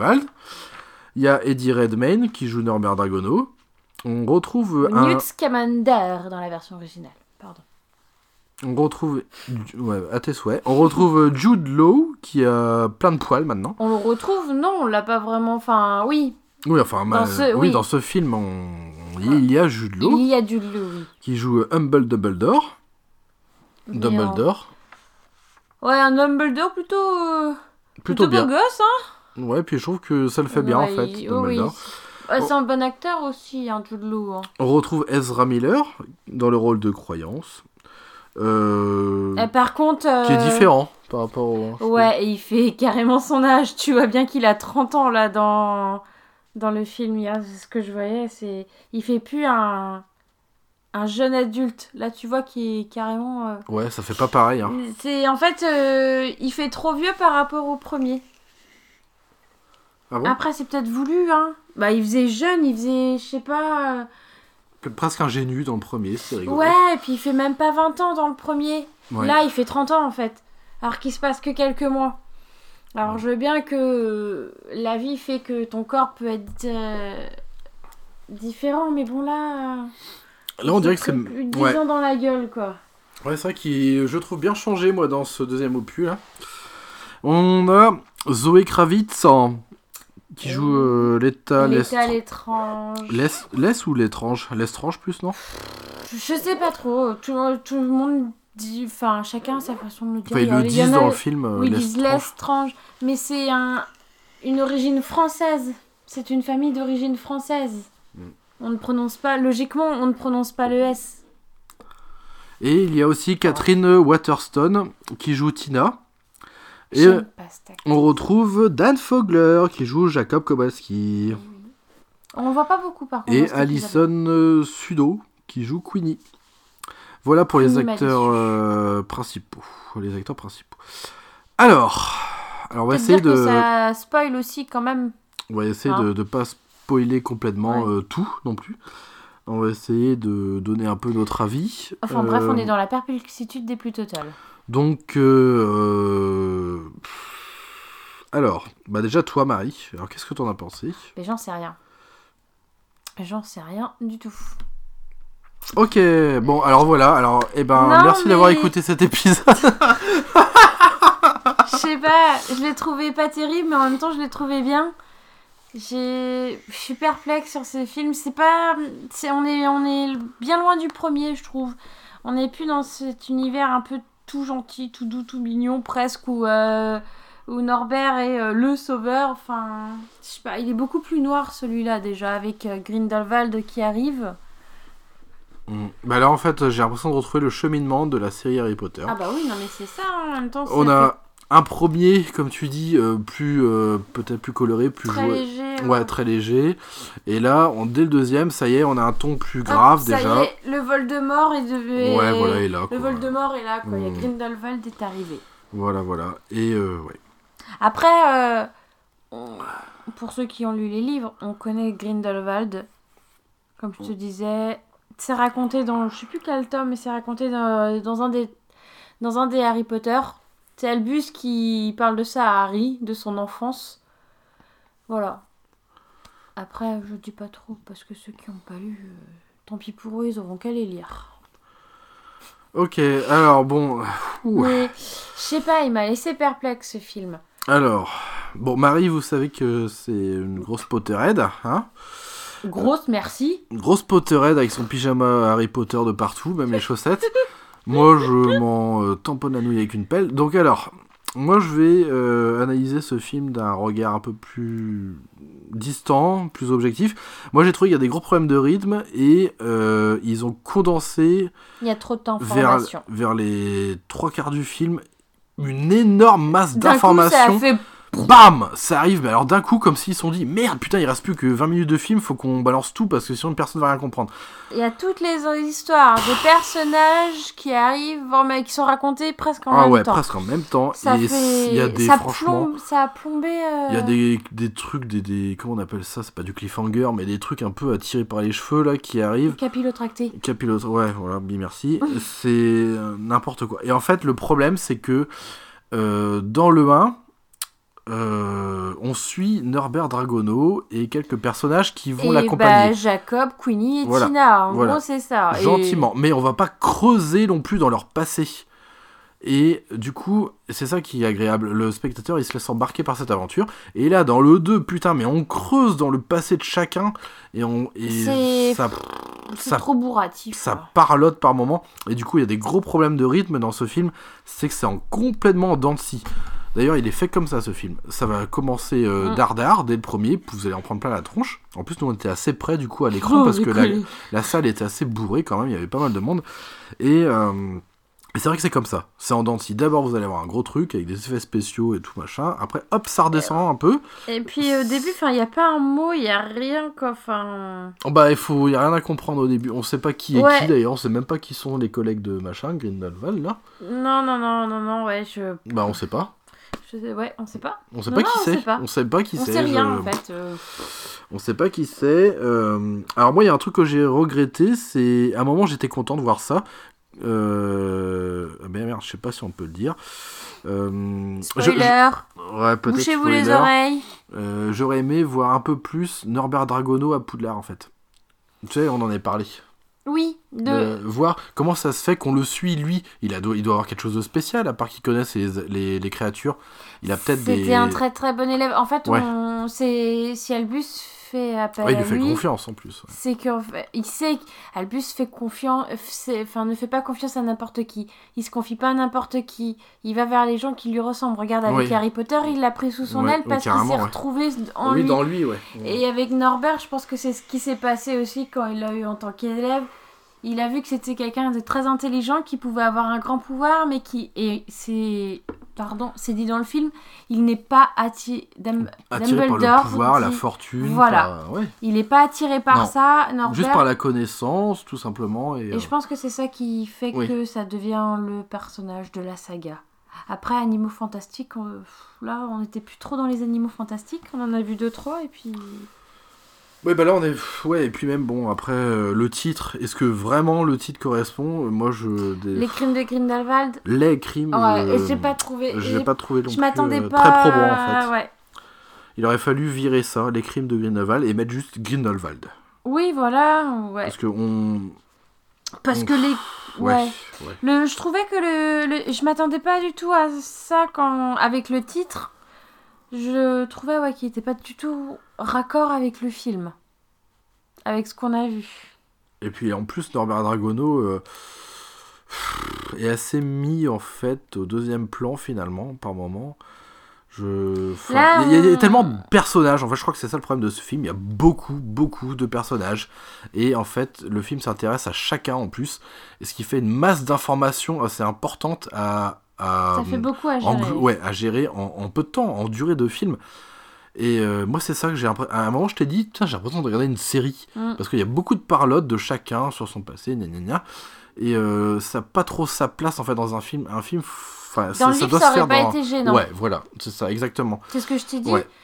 B: Il y a Eddie Redmayne qui joue Norbert Dragono. On retrouve
C: Newt Scamander dans la version originale. Pardon.
B: On retrouve... Ouais, à tes souhaits. On retrouve Jude Law qui a plein de poils maintenant.
C: On le retrouve ? Non, on l'a pas vraiment... Enfin, oui.
B: Oui, enfin, dans ce film, il y a Jude Law.
C: Il y a Jude Law, oui.
B: Qui joue Humble Dumbledore.
C: Ouais, un Dumbledore plutôt bien. Beau gosse, hein.
B: Ouais, puis je trouve que ça le fait bien, en fait, Dumbledore.
C: Oui. C'est un bon acteur aussi, hein, Jude Law. Hein.
B: On retrouve Ezra Miller dans le rôle de Croyance.
C: Par contre...
B: Qui est différent par rapport au...
C: Ouais, et il fait carrément son âge. Tu vois bien qu'il a 30 ans, là, dans le film. C'est ce que je voyais, c'est... Il fait plus un jeune adulte. Là, tu vois qu'il est carrément...
B: Ouais, ça fait pas pareil. Hein.
C: En fait, il fait trop vieux par rapport au premier.
B: Ah bon ?
C: Après, c'est peut-être voulu, hein. Bah, il faisait jeune, je sais pas...
B: Presque ingénu dans le premier, c'est rigolo.
C: Ouais, et puis il fait même pas 20 ans dans le premier.
B: Ouais.
C: Là, il fait 30 ans, en fait. Alors qu'il se passe que quelques mois. Alors, je veux bien que la vie fait que ton corps peut être différent, mais bon, là...
B: Là, on dirait que c'est...
C: plus de 10 ans dans la gueule, quoi.
B: Ouais, c'est vrai qu'il, je trouve, bien changé, moi, dans ce deuxième opus, là. On a Zoé Kravitz, qui joue l'étrange. Ou l'étrange ? L'estrange, plus, non ?
C: Je sais pas trop. Tout le monde dit... Enfin, chacun a sa façon de le dire.
B: Enfin, ils le disent dans le film,
C: oui, ils disent l'estrange. Mais c'est une origine française. C'est une famille d'origine française. On ne prononce pas... Logiquement, on ne prononce pas le S.
B: Et il y a aussi Catherine Waterston, qui joue Tina. Et on retrouve Dan Fogler, qui joue Jacob Kowalski.
C: On le voit pas beaucoup, par contre.
B: Et Alison Sudo, qui joue Queenie. Voilà pour les acteurs principaux. Alors, on va essayer de...
C: que ça spoil aussi, quand même.
B: On va essayer de ne pas spoiler complètement tout, non plus. On va essayer de donner un peu notre avis.
C: Enfin, bref, on est dans la perplexitude des plus totales.
B: Donc, alors, déjà toi, Marie, alors qu'est-ce que t'en as pensé ?
C: Mais j'en sais rien. J'en sais rien du tout.
B: Ok, bon, alors voilà, alors, merci d'avoir écouté cet épisode.
C: sais pas, je l'ai trouvé pas terrible, mais en même temps, je l'ai trouvé bien. Je suis perplexe sur ce film. On est bien loin du premier, je trouve. On n'est plus dans cet univers un peu tout gentil, tout doux, tout mignon, presque, où Norbert est le sauveur. Enfin, je sais pas, il est beaucoup plus noir celui-là déjà, avec Grindelwald qui arrive.
B: Bah là, en fait, j'ai l'impression de retrouver le cheminement de la série Harry Potter.
C: Ah bah oui, non mais c'est ça, en même temps.
B: On a un premier, comme tu dis, peut-être plus coloré, plus
C: très léger.
B: Ouais, très léger. Et là, dès le deuxième, ça y est, on a un ton plus grave déjà.
C: Ça y est, le Voldemort est devenu...
B: Ouais, voilà, est là.
C: Le Voldemort est là, quoi. Il y a Grindelwald est arrivé.
B: Voilà. Et ouais.
C: Après, pour ceux qui ont lu les livres, on connaît Grindelwald. Comme je te disais, c'est raconté dans... Je sais plus quel tome, mais c'est raconté dans un des Harry Potter. C'est Albus qui parle de ça à Harry, de son enfance. Voilà. Après, je dis pas trop, parce que ceux qui n'ont pas lu, tant pis pour eux, ils auront qu'à les lire.
B: Ok, alors bon...
C: Mais, je sais pas, il m'a laissé perplexe, ce film.
B: Alors, bon, Marie, vous savez que c'est une grosse Potterhead, hein ?
C: Grosse, merci.
B: Grosse Potterhead avec son pyjama Harry Potter de partout, même les chaussettes. Moi, je m'en tamponne la nouille avec une pelle. Donc alors, moi, je vais analyser ce film d'un regard un peu plus distant, plus objectif. Moi, j'ai trouvé qu'il y a des gros problèmes de rythme et ils ont condensé...
C: Il y a trop d'informations.
B: Vers les 3/4 du film, une énorme masse d'informations.
C: Coup, ça a fait...
B: Bam, ça arrive, mais alors d'un coup, comme s'ils se sont dit, merde, putain, il reste plus que 20 minutes de film, faut qu'on balance tout parce que sinon personne va rien comprendre.
C: Il y a toutes les histoires de personnages qui arrivent, qui sont racontés presque en même temps. Ah ouais,
B: presque en même temps.
C: Ça
B: et
C: fait...
B: il y a des, franchement...
C: Ça a plombé...
B: Il y a des trucs, comment on appelle ça ? C'est pas du cliffhanger, mais des trucs un peu à tirer par les cheveux, là, qui arrivent.
C: Capillotracté.
B: Ouais, voilà, bien merci. C'est n'importe quoi. Et en fait, le problème, c'est que dans le 1... on suit Norbert Dragono et quelques personnages qui vont l'accompagner.
C: Jacob, Queenie et Tina. En gros, c'est ça.
B: Gentiment. Mais on va pas creuser non plus dans leur passé. Et du coup, c'est ça qui est agréable. Le spectateur, il se laisse embarquer par cette aventure. Et là, dans le 2, putain, mais on creuse dans le passé de chacun.
C: C'est trop bourratif.
B: Ça parlote par moments. Et du coup, il y a des gros problèmes de rythme dans ce film. C'est que c'est complètement en dents de scie. D'ailleurs, il est fait comme ça, ce film. Ça va commencer dardard dès le premier, vous allez en prendre plein la tronche. En plus, nous, on était assez près, du coup, à l'écran, parce que la salle était assez bourrée, quand même, il y avait pas mal de monde. Et c'est vrai que c'est comme ça, c'est en dents de scie. D'abord, vous allez avoir un gros truc, avec des effets spéciaux et tout, machin. Après, hop, ça redescend un peu.
C: Et puis, au début, il n'y a pas un mot, il n'y a rien, quoi,
B: Bah, il n'y a rien à comprendre au début. On sait pas qui est qui, d'ailleurs. On sait même pas qui sont les collègues de machin, Grindelwald, là.
C: Non, ouais,
B: Bah, on sait pas.
C: Ouais, on sait pas.
B: On sait pas qui c'est. On sait pas qui c'est.
C: On sait rien en fait.
B: On sait pas qui c'est. Alors moi, il y a un truc que j'ai regretté, c'est à un moment j'étais content de voir ça. Merde, je sais pas si on peut le dire.
C: Spoiler.
B: Ouais, peut-être.
C: Bouchez-vous les oreilles.
B: J'aurais aimé voir un peu plus Norbert Dragono à Poudlard en fait. Tu sais, on en est parlé.
C: Oui,
B: voir comment ça se fait qu'on le suit, lui. Il doit avoir quelque chose de spécial, à part qu'il connaisse les créatures. Il a peut-être
C: C'était un très très bon élève. En fait, si Albus fait appel à lui...
B: il lui fait confiance en plus. Ouais.
C: C'est qu'en fait, il sait qu'Albus fait confiance... ne fait pas confiance à n'importe qui. Il se confie pas à n'importe qui. Il va vers les gens qui lui ressemblent. Regarde, avec Harry Potter, il l'a pris sous son aile parce qu'il s'est retrouvé en lui.
B: Dans lui, ouais.
C: Et avec Norbert, je pense que c'est ce qui s'est passé aussi quand il l'a eu en tant qu'élève. Il a vu que c'était quelqu'un de très intelligent qui pouvait avoir un grand pouvoir, mais qui... Et c'est dit dans le film, il n'est pas attiré
B: par le pouvoir, la fortune.
C: Voilà. Il n'est pas attiré par ça, Norbert.
B: Juste par la connaissance, tout simplement. Et
C: je pense que c'est ça qui fait que ça devient le personnage de la saga. Après, Animaux Fantastiques, là, on n'était plus trop dans les Animaux Fantastiques. On en a vu 2-3, et puis...
B: Ouais, bah là on est. Ouais, et puis même, bon, après, le titre, est-ce que vraiment le titre correspond ? Moi,
C: Les crimes de Grindelwald.
B: Les crimes.
C: Ouais, et j'ai pas trouvé.
B: J'ai pas trouvé non
C: plus. Je m'attendais pas.
B: Très probant, en fait.
C: Ouais.
B: Il aurait fallu virer ça, les crimes de Grindelwald, et mettre juste Grindelwald.
C: Oui, voilà. Ouais.
B: Parce que Ouais.
C: Je trouvais que je m'attendais pas du tout à ça avec le titre. Je trouvais qu'il était pas du tout raccord avec le film, avec ce qu'on a vu.
B: Et puis en plus, Norbert Dragono est assez mis en fait au deuxième plan finalement par moment. Il y a tellement de personnages. En fait, je crois que c'est ça le problème de ce film. Il y a beaucoup de personnages. Et en fait, le film s'intéresse à chacun en plus. Et ce qui fait une masse d'informations assez importante
C: ça fait beaucoup à gérer.
B: À gérer en peu de temps, en durée de film. Et moi, c'est ça que j'ai l'impression. À un moment, je t'ai dit, j'ai l'impression de regarder une série. Parce qu'il y a beaucoup de parlottes de chacun sur son passé, Et ça n'a pas trop sa place en fait dans un film. Un film.
C: Dans le livre, ça aurait pas été gênant.
B: Ouais, voilà, c'est ça, exactement.
C: C'est ce que je t'ai dit. Ouais.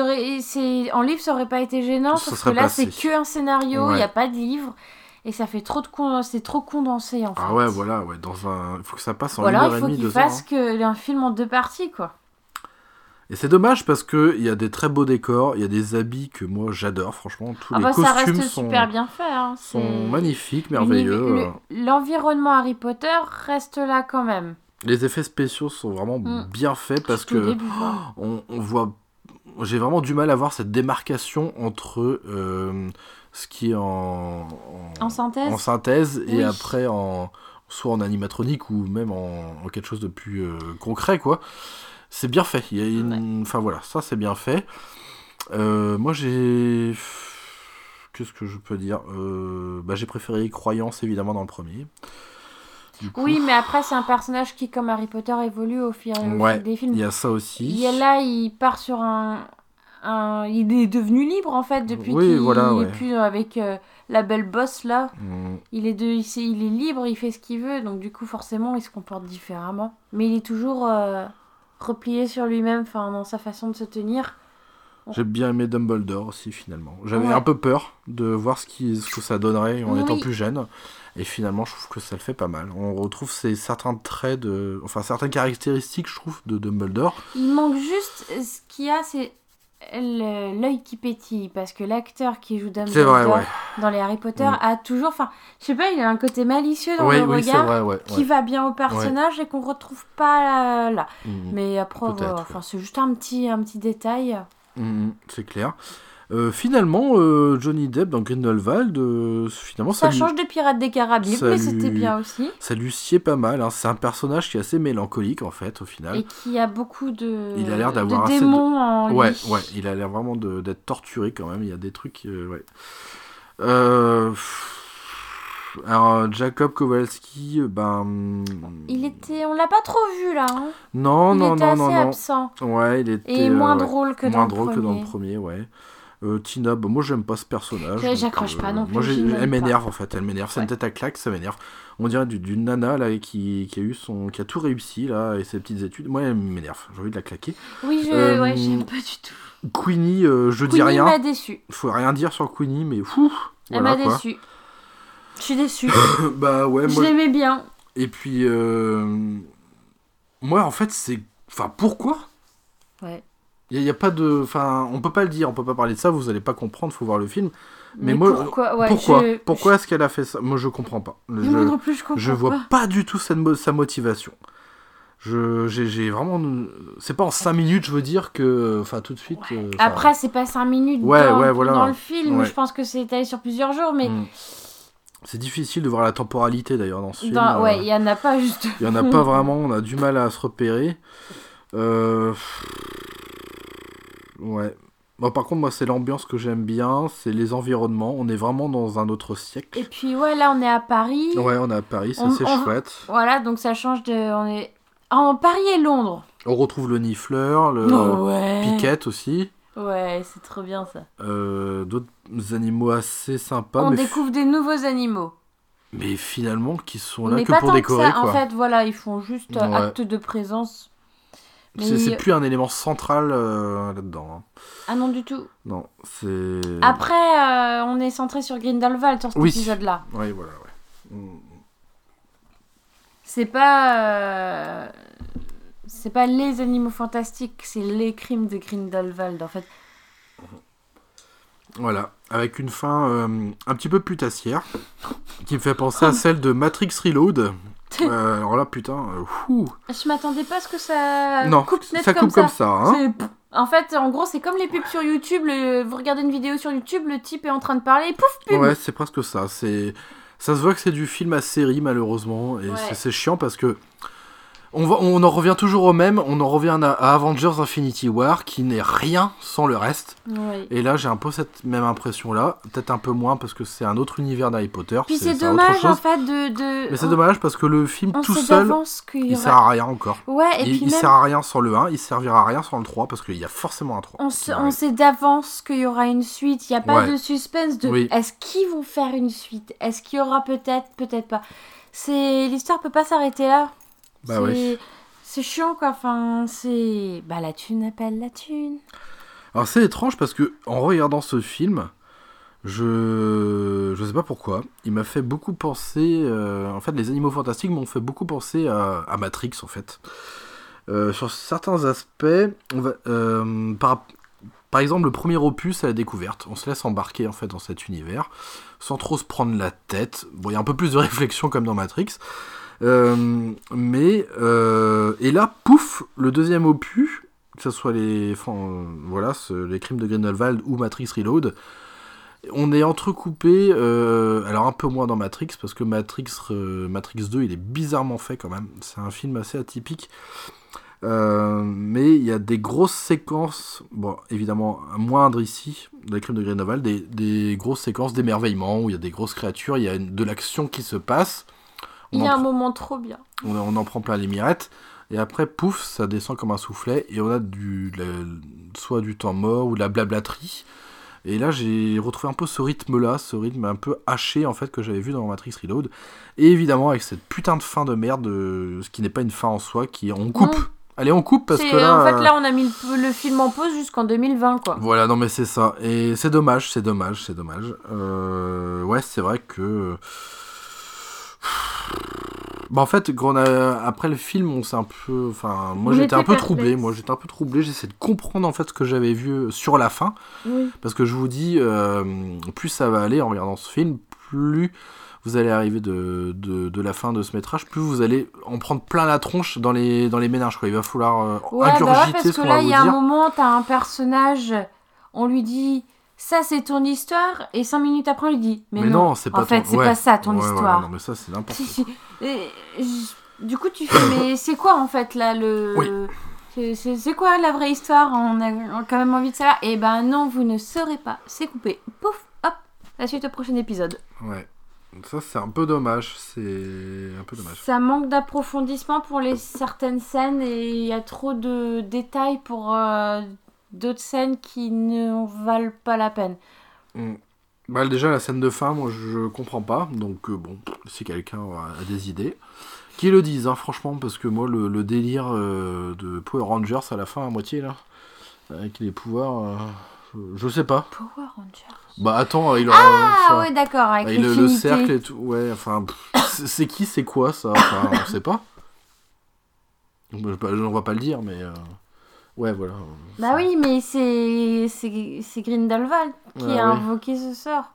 C: En livre, ça aurait pas été gênant, parce que là, c'est que un scénario, il n'y a pas de livre, et ça fait c'est trop condensé, en fait.
B: Ah ouais, voilà, il faut que ça passe en 1h30, 2 heures.
C: Ou alors, il faut qu'il fasse un film en 2 parties, quoi.
B: Et c'est dommage, parce qu'il y a des très beaux décors, il y a des habits que moi, j'adore, franchement. Tous les costumes
C: ça reste super bien fait. Hein.
B: Sont magnifiques, merveilleux.
C: L'environnement Harry Potter reste là, quand même.
B: Les effets spéciaux sont vraiment bien faits parce que on voit. J'ai vraiment du mal à voir cette démarcation entre ce qui est en synthèse et après soit en animatronique ou même en quelque chose de plus concret, quoi. C'est bien fait. Enfin voilà, ça c'est bien fait. Moi j'ai. Qu'est-ce que je peux dire j'ai préféré Croyance évidemment dans le premier.
C: Oui, mais après, c'est un personnage qui, comme Harry Potter, évolue au fil des films.
B: Il y a ça aussi.
C: Il part sur il est devenu libre, en fait, depuis qu'il n'est plus avec la belle boss, là. Il est libre, il fait ce qu'il veut, donc du coup, forcément, il se comporte différemment. Mais il est toujours replié sur lui-même, dans sa façon de se tenir.
B: J'ai bien aimé Dumbledore aussi, finalement. J'avais un peu peur de voir ce que ça donnerait en étant plus jeune. Et finalement, je trouve que ça le fait pas mal. On retrouve certains traits certaines caractéristiques, je trouve, de Dumbledore.
C: Il manque juste, ce qu'il y a, c'est l'œil qui pétille. Parce que l'acteur qui joue Dumbledore dans les Harry Potter a toujours... je sais pas, il a un côté malicieux dans le regard qui va bien au personnage et qu'on retrouve pas là. Mais après, c'est juste un petit détail.
B: C'est clair. Finalement, Johnny Depp dans Grindelwald, finalement
C: ça change de Pirates des Caraïbes, mais c'était bien aussi.
B: Ça lui sied pas mal. Hein. C'est un personnage qui est assez mélancolique en fait, au final.
C: Et qui a beaucoup de.
B: Il a l'air d'avoir
C: de démons en lui.
B: Ouais, il a l'air vraiment d'être torturé quand même. Il y a des trucs, Alors Jacob Kowalski,
C: on l'a pas trop vu là. Hein.
B: Non.
C: Il était assez absent.
B: Ouais, il était.
C: Et moins drôle que dans
B: le premier, ouais. Tina, moi j'aime pas ce personnage.
C: J'accroche pas non plus.
B: Moi elle m'énerve en fait, c'est une tête à claque, ça m'énerve. On dirait d'une nana là qui a tout réussi là et ses petites études. Moi elle m'énerve, j'ai envie de la claquer.
C: Oui, j'aime pas du tout.
B: Queenie, dis rien.
C: Queenie m'a déçu.
B: Faut rien dire sur Queenie, mais
C: elle m'a déçu. Je suis déçue.
B: Je
C: l'aimais bien.
B: Et puis moi en fait pourquoi ? Ouais. Il y a pas de, on peut pas le dire, on peut pas parler de ça, vous allez pas comprendre, faut voir le film. Mais moi, pourquoi est-ce qu'elle a fait ça ? Moi, je comprends pas.
C: Moi non plus, je comprends pas.
B: Je vois pas du tout sa motivation. J'ai vraiment, c'est pas en 5 minutes, je veux dire que, tout de suite.
C: Après, c'est pas 5 minutes dans le film. Je pense que c'est étalé sur plusieurs jours, mais.
B: C'est difficile de voir la temporalité d'ailleurs dans ce film.
C: Il y en a pas juste.
B: Il y en a pas vraiment. On a du mal à se repérer. Ouais. Bon, par contre, moi, c'est l'ambiance que j'aime bien, c'est les environnements. On est vraiment dans un autre siècle.
C: Et puis, là, on est à Paris.
B: Ouais, on est à Paris, c'est chouette.
C: Voilà, donc ça change de... On est en Paris et Londres.
B: On retrouve le Nifleur, Piquette aussi.
C: Ouais, c'est trop bien, ça.
B: D'autres animaux assez sympas.
C: On découvre des nouveaux animaux.
B: Mais finalement, qui sont là que pour décorer, quoi.
C: En fait, ils font juste acte de présence.
B: C'est plus un élément central là-dedans. Hein.
C: Ah non, du tout.
B: Non, c'est...
C: Après, on est centré sur Grindelwald sur cet épisode-là.
B: Oui, voilà,
C: C'est pas les animaux fantastiques, c'est les crimes de Grindelwald, en fait.
B: Voilà, avec une fin un petit peu putassière, qui me fait penser à celle de Matrix Reload. Alors là, putain,
C: Je m'attendais pas à ce que ça
B: non,
C: coupe net
B: ça coupe comme ça. Hein.
C: En fait, en gros, c'est comme les pubs sur YouTube. Vous regardez une vidéo sur YouTube, le type est en train de parler, pouf, pub.
B: Ouais, c'est presque ça. Ça se voit que c'est du film à série, malheureusement, et c'est chiant parce que on en revient toujours au même. On en revient à Avengers Infinity War, qui n'est rien sans le reste.
C: Oui.
B: Et là, j'ai un peu cette même impression-là. Peut-être un peu moins parce que c'est un autre univers d'Harry Potter.
C: Puis c'est dommage, en fait, de...
B: Mais c'est dommage parce que le film tout seul, il sert à rien encore.
C: Ouais, et puis
B: il sert à rien sans le 1, il servira à rien sans le 3 parce qu'il y a forcément un 3.
C: On sait d'avance qu'il y aura une suite. Il n'y a pas de suspense de est-ce qu'ils vont faire une suite? Est-ce qu'il y aura peut-être pas. L'histoire peut pas s'arrêter là.
B: Bah oui.
C: C'est chiant quoi, enfin c'est... Bah la thune appelle la thune.
B: Alors c'est étrange parce que en regardant ce film, je sais pas pourquoi, il m'a fait beaucoup penser... en fait les Animaux Fantastiques m'ont fait beaucoup penser à Matrix en fait. Sur certains aspects, par exemple le premier opus à la découverte, on se laisse embarquer en fait dans cet univers, sans trop se prendre la tête. Bon, il y a un peu plus de réflexion comme dans Matrix. Et là, pouf, le deuxième opus, que ce soit les crimes de Grindelwald ou Matrix Reload, on est entrecoupé, alors un peu moins dans Matrix, parce que Matrix 2, il est bizarrement fait quand même, c'est un film assez atypique, mais il y a des grosses séquences, bon, évidemment, moindres ici, dans les crimes de Grindelwald, des grosses séquences d'émerveillement, où il y a des grosses créatures, il y a de l'action qui se passe.
C: Il y a un moment trop bien.
B: On en prend plein les mirettes. Et après, pouf, ça descend comme un soufflet. Et on a soit du temps mort ou de la blablaterie. Et là, j'ai retrouvé un peu ce rythme-là, ce rythme un peu haché, en fait, que j'avais vu dans Matrix Reload. Et évidemment, avec cette putain de fin de merde, ce qui n'est pas une fin en soi, on coupe. Non. Allez, on coupe parce que là...
C: En fait, là, on a mis le film en pause jusqu'en 2020, quoi.
B: Voilà, non, mais c'est ça. Et c'est dommage. Ouais, c'est vrai que... Bah en fait, après le film, on s'est un peu... Enfin, moi j'étais un peu troublé. J'essaie de comprendre en fait ce que j'avais vu sur la fin.
C: Oui.
B: Parce que je vous dis, plus ça va aller en regardant ce film, plus vous allez arriver de la fin de ce métrage, plus vous allez en prendre plein la tronche dans les ménages, quoi. Il va falloir ingurgiter ce qu'on va vous dire. Parce que là, il y a
C: un moment, t'as un personnage, on lui dit... Ça, c'est ton histoire, et 5 minutes après, on lui dit mais non,
B: c'est pas
C: en fait, c'est pas ça ton histoire.
B: Ouais, non, mais ça, c'est n'importe quoi.
C: Du coup, tu fais, mais c'est quoi, en fait, là, c'est quoi la vraie histoire? On a quand même envie de savoir. Et ben non, vous ne saurez pas. C'est coupé. Pouf, hop, la suite au prochain épisode.
B: Ouais. Ça, c'est un peu dommage.
C: Ça manque d'approfondissement pour certaines scènes, et il y a trop de détails pour... d'autres scènes qui ne valent pas la peine.
B: Bah déjà la scène de fin, moi je comprends pas, donc bon, si quelqu'un a des idées, qui le disent, hein, franchement, parce que moi le délire de Power Rangers à la fin à moitié là, avec les pouvoirs, je sais pas.
C: Power Rangers.
B: Bah attends,
C: ouais d'accord, avec
B: le cercle et tout, ouais, enfin, c'est qui, c'est quoi ça, enfin, on sait pas. On va pas le dire, mais... Ouais, voilà.
C: Bah oui, mais c'est Grindelwald qui a invoqué ce sort.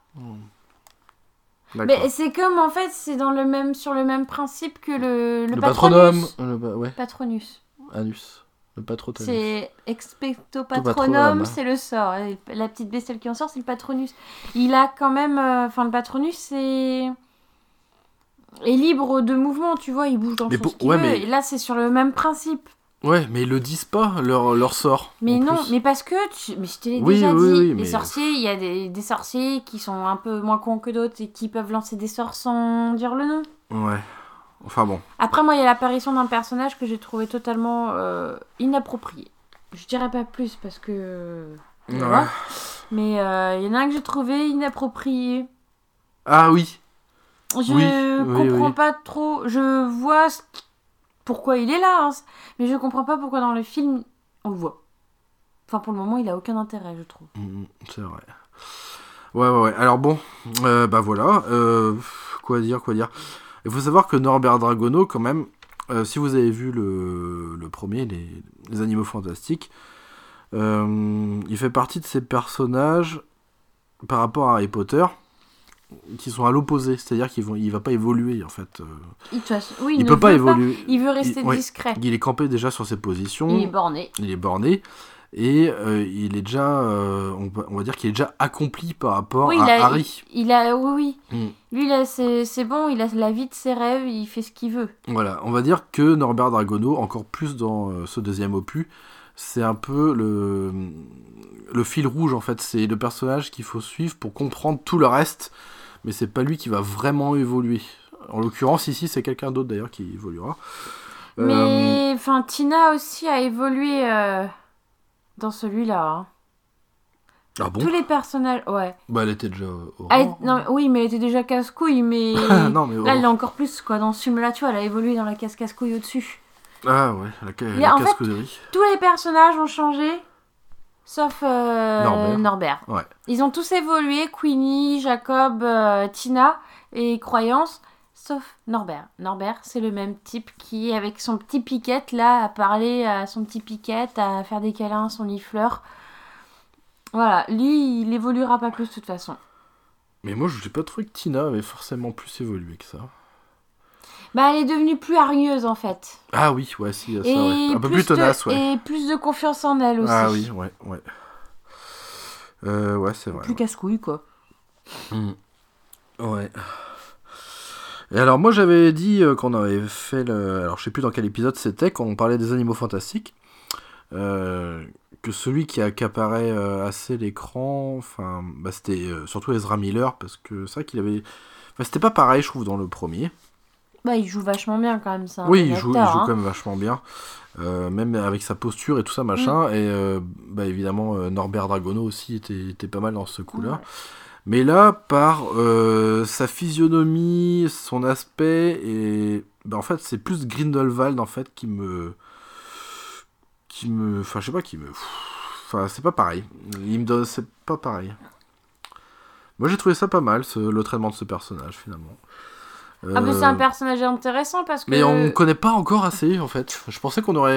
C: Mais c'est comme, en fait, c'est sur le même principe que le Patronus. Patronus.
B: Anus. Le Patronus.
C: C'est Expecto Patronum, c'est le sort. Et la petite bestiole qui en sort, c'est le Patronus. Il a quand même... le Patronus, est libre de mouvement, tu vois, il bouge dans ce qu'il veut. Et là, c'est sur le même principe.
B: Ouais, mais ils le disent pas, leur sort.
C: Mais non, mais parce que... Mais je te l'ai déjà dit, les sorciers, il y a des sorciers qui sont un peu moins cons que d'autres et qui peuvent lancer des sorts sans dire le nom.
B: Ouais, enfin bon.
C: Après, moi, il y a l'apparition d'un personnage que j'ai trouvé totalement inapproprié. Je dirais pas plus parce que... Voilà. Mais il y en a un que j'ai trouvé inapproprié.
B: Ah oui.
C: Je comprends pas trop. Je vois... pourquoi il est là, hein. Mais je comprends pas pourquoi dans le film on le voit. Enfin, pour le moment, il a aucun intérêt, je trouve.
B: C'est vrai. Ouais. Alors bon, bah voilà. Quoi dire. Il faut savoir que Norbert Dragono, quand même, si vous avez vu le premier, les Animaux Fantastiques, il fait partie de ces personnages par rapport à Harry Potter, qui sont à l'opposé, c'est-à-dire il va pas évoluer en fait.
C: Il
B: peut pas évoluer.
C: Il veut rester discret.
B: Il est campé déjà sur ses positions.
C: Il est borné.
B: Et il est déjà, on va dire qu'il est déjà accompli par rapport à Harry.
C: Oui. Lui, là, c'est bon, il a la vie de ses rêves, il fait ce qu'il veut.
B: Voilà, on va dire que Norbert Dragono, encore plus dans ce deuxième opus, c'est un peu le fil rouge en fait. C'est le personnage qu'il faut suivre pour comprendre tout le reste, mais c'est pas lui qui va vraiment évoluer. En l'occurrence, ici, c'est quelqu'un d'autre d'ailleurs qui évoluera.
C: Mais Tina aussi a évolué dans celui-là. Hein.
B: Ah bon ?
C: Tous les personnages, ouais.
B: Bah, elle était déjà Aurore.
C: Oui, mais elle était déjà casse-couille, mais...
B: non, mais
C: là, elle est encore plus, quoi. Dans ce film-là, tu vois, elle a évolué dans la casse-couille au-dessus.
B: Ah ouais, la casse-couillerie.
C: Fait, tous les personnages ont changé, sauf Norbert.
B: Ouais.
C: Ils ont tous évolué, Queenie, Jacob, Tina et Croyance, sauf Norbert. Norbert, c'est le même type qui, avec son petit piquette, là, à parler à son petit piquette, à faire des câlins à son lit-fleur. Voilà, lui, il évoluera pas plus de toute façon.
B: Mais moi, je n'ai pas trouvé que Tina avait forcément plus évolué que ça.
C: Bah, elle est devenue plus hargneuse, en fait.
B: Ah oui, ouais, si, ça, ouais. Un peu plus tenace, ouais.
C: Et plus de confiance en elle aussi.
B: Ah oui, ouais. Ouais, c'est vrai.
C: Plus casse-couille, quoi.
B: Ouais. Et alors, moi, j'avais dit qu'on avait fait Alors, je sais plus dans quel épisode c'était, quand on parlait des animaux fantastiques, que celui qui accaparait assez l'écran, c'était surtout Ezra Miller, parce que c'est vrai qu'il avait... c'était pas pareil, je trouve, dans le premier.
C: Bah, il joue vachement bien, quand même, ça.
B: Oui, il joue quand même vachement bien. Même avec sa posture et tout ça, machin. Et évidemment, Norbert Dragono aussi était pas mal dans ce coup-là. Ouais. Mais là, par sa physionomie, son aspect, et en fait, c'est plus Grindelwald, en fait, qui me... Enfin, je sais pas, Enfin, c'est pas pareil. C'est pas pareil. Moi, j'ai trouvé ça pas mal, le traitement de ce personnage, finalement.
C: Mais c'est un personnage intéressant parce que...
B: Mais on connaît pas encore assez, en fait. Je pensais qu'on
C: on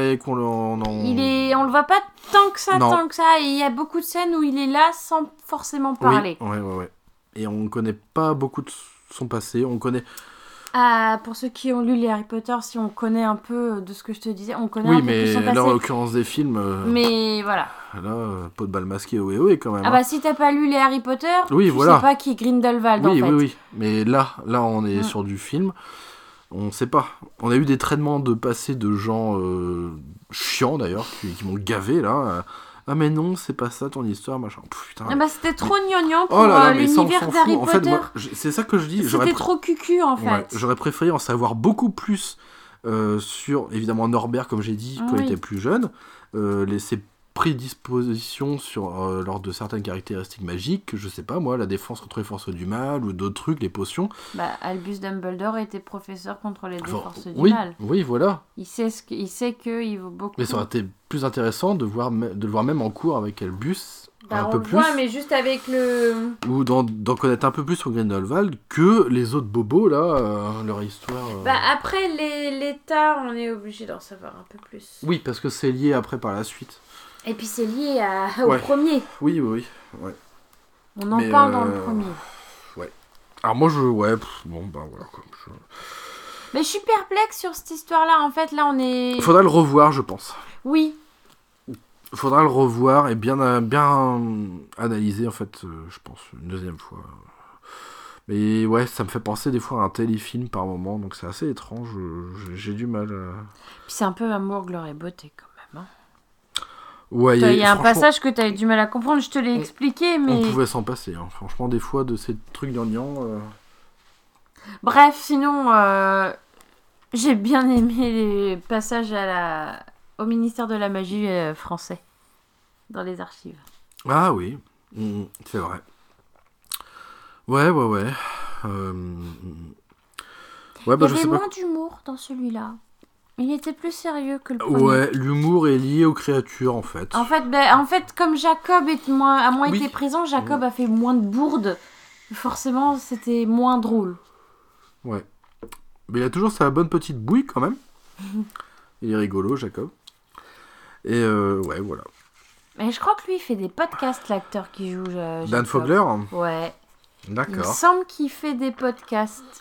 C: le voit pas tant que ça. Il y a beaucoup de scènes où il est là sans forcément parler.
B: Oui, ouais. Et on connaît pas beaucoup de son passé. On connaît...
C: pour ceux qui ont lu les Harry Potter, si on connaît un peu de ce que je te disais, on connaît un peu plus son passé.
B: Oui, mais là, en l'occurrence des films...
C: Mais voilà.
B: Là, pot de balle masqué, oui, quand même.
C: Ah bah, si t'as pas lu les Harry Potter, tu sais pas qui est Grindelwald, en fait.
B: Oui. Mais là on est sur du film. On sait pas. On a eu des traitements de passé de gens chiants, d'ailleurs, qui m'ont gavé, là. Ah mais non, c'est pas ça ton histoire, machin. Putain.
C: Ah bah c'était trop gnangnan pour l'univers d'Harry Potter.
B: En fait, moi, c'est ça que je dis.
C: C'était trop cucu, en fait. Ouais,
B: j'aurais préféré en savoir beaucoup plus sur, évidemment, Norbert, comme j'ai dit, quand il était plus jeune. Ses prédispositions lors de certaines caractéristiques magiques, je sais pas moi, la défense contre les forces du mal ou d'autres trucs, les potions. Bah,
C: Albus Dumbledore était professeur contre les forces du mal.
B: Oui, voilà.
C: Il sait qu'il vaut beaucoup.
B: Mais ça aurait été plus intéressant de le voir même en cours avec Albus.
C: Un peu plus. Voit, mais juste avec le...
B: Ou d'en connaître un peu plus sur Grindelwald que les autres bobos, là, leur histoire...
C: Après, l'État, on est obligé d'en savoir un peu plus.
B: Oui, parce que c'est lié après par la suite.
C: Et puis c'est lié au premier.
B: Oui. Ouais.
C: On en parle dans le premier.
B: Ouais. Alors moi, voilà.
C: Mais je suis perplexe sur cette histoire-là. En fait, là, on est...
B: Faudra le revoir, je pense.
C: Oui.
B: Faudra le revoir et bien analyser, en fait, je pense, une deuxième fois. Mais ouais, ça me fait penser des fois à un téléfilm par moment, donc c'est assez étrange. J'ai du mal.
C: Puis c'est un peu amour, gloire et beauté, quand même. Hein.
B: Ouais,
C: il y a un passage que tu as eu du mal à comprendre, je te l'ai expliqué, mais...
B: On pouvait s'en passer, hein. Franchement, des fois, de ces trucs gnangnang...
C: Bref, sinon, j'ai bien aimé les passages au ministère de la magie français, dans les archives.
B: Ah oui, c'est vrai. Ouais.
C: Il y avait moins d'humour dans celui-là. Il était plus sérieux que le premier.
B: Ouais, l'humour est lié aux créatures, en fait.
C: En fait, comme Jacob a moins été présent, Jacob a fait moins de bourdes. Forcément, c'était moins drôle.
B: Ouais. Mais il a toujours sa bonne petite bouille, quand même. Il est rigolo, Jacob. Et ouais, voilà.
C: Mais je crois que lui, il fait des podcasts, l'acteur qui joue.
B: Dan Fogler ?
C: Ouais.
B: D'accord.
C: Il me semble qu'il fait des podcasts.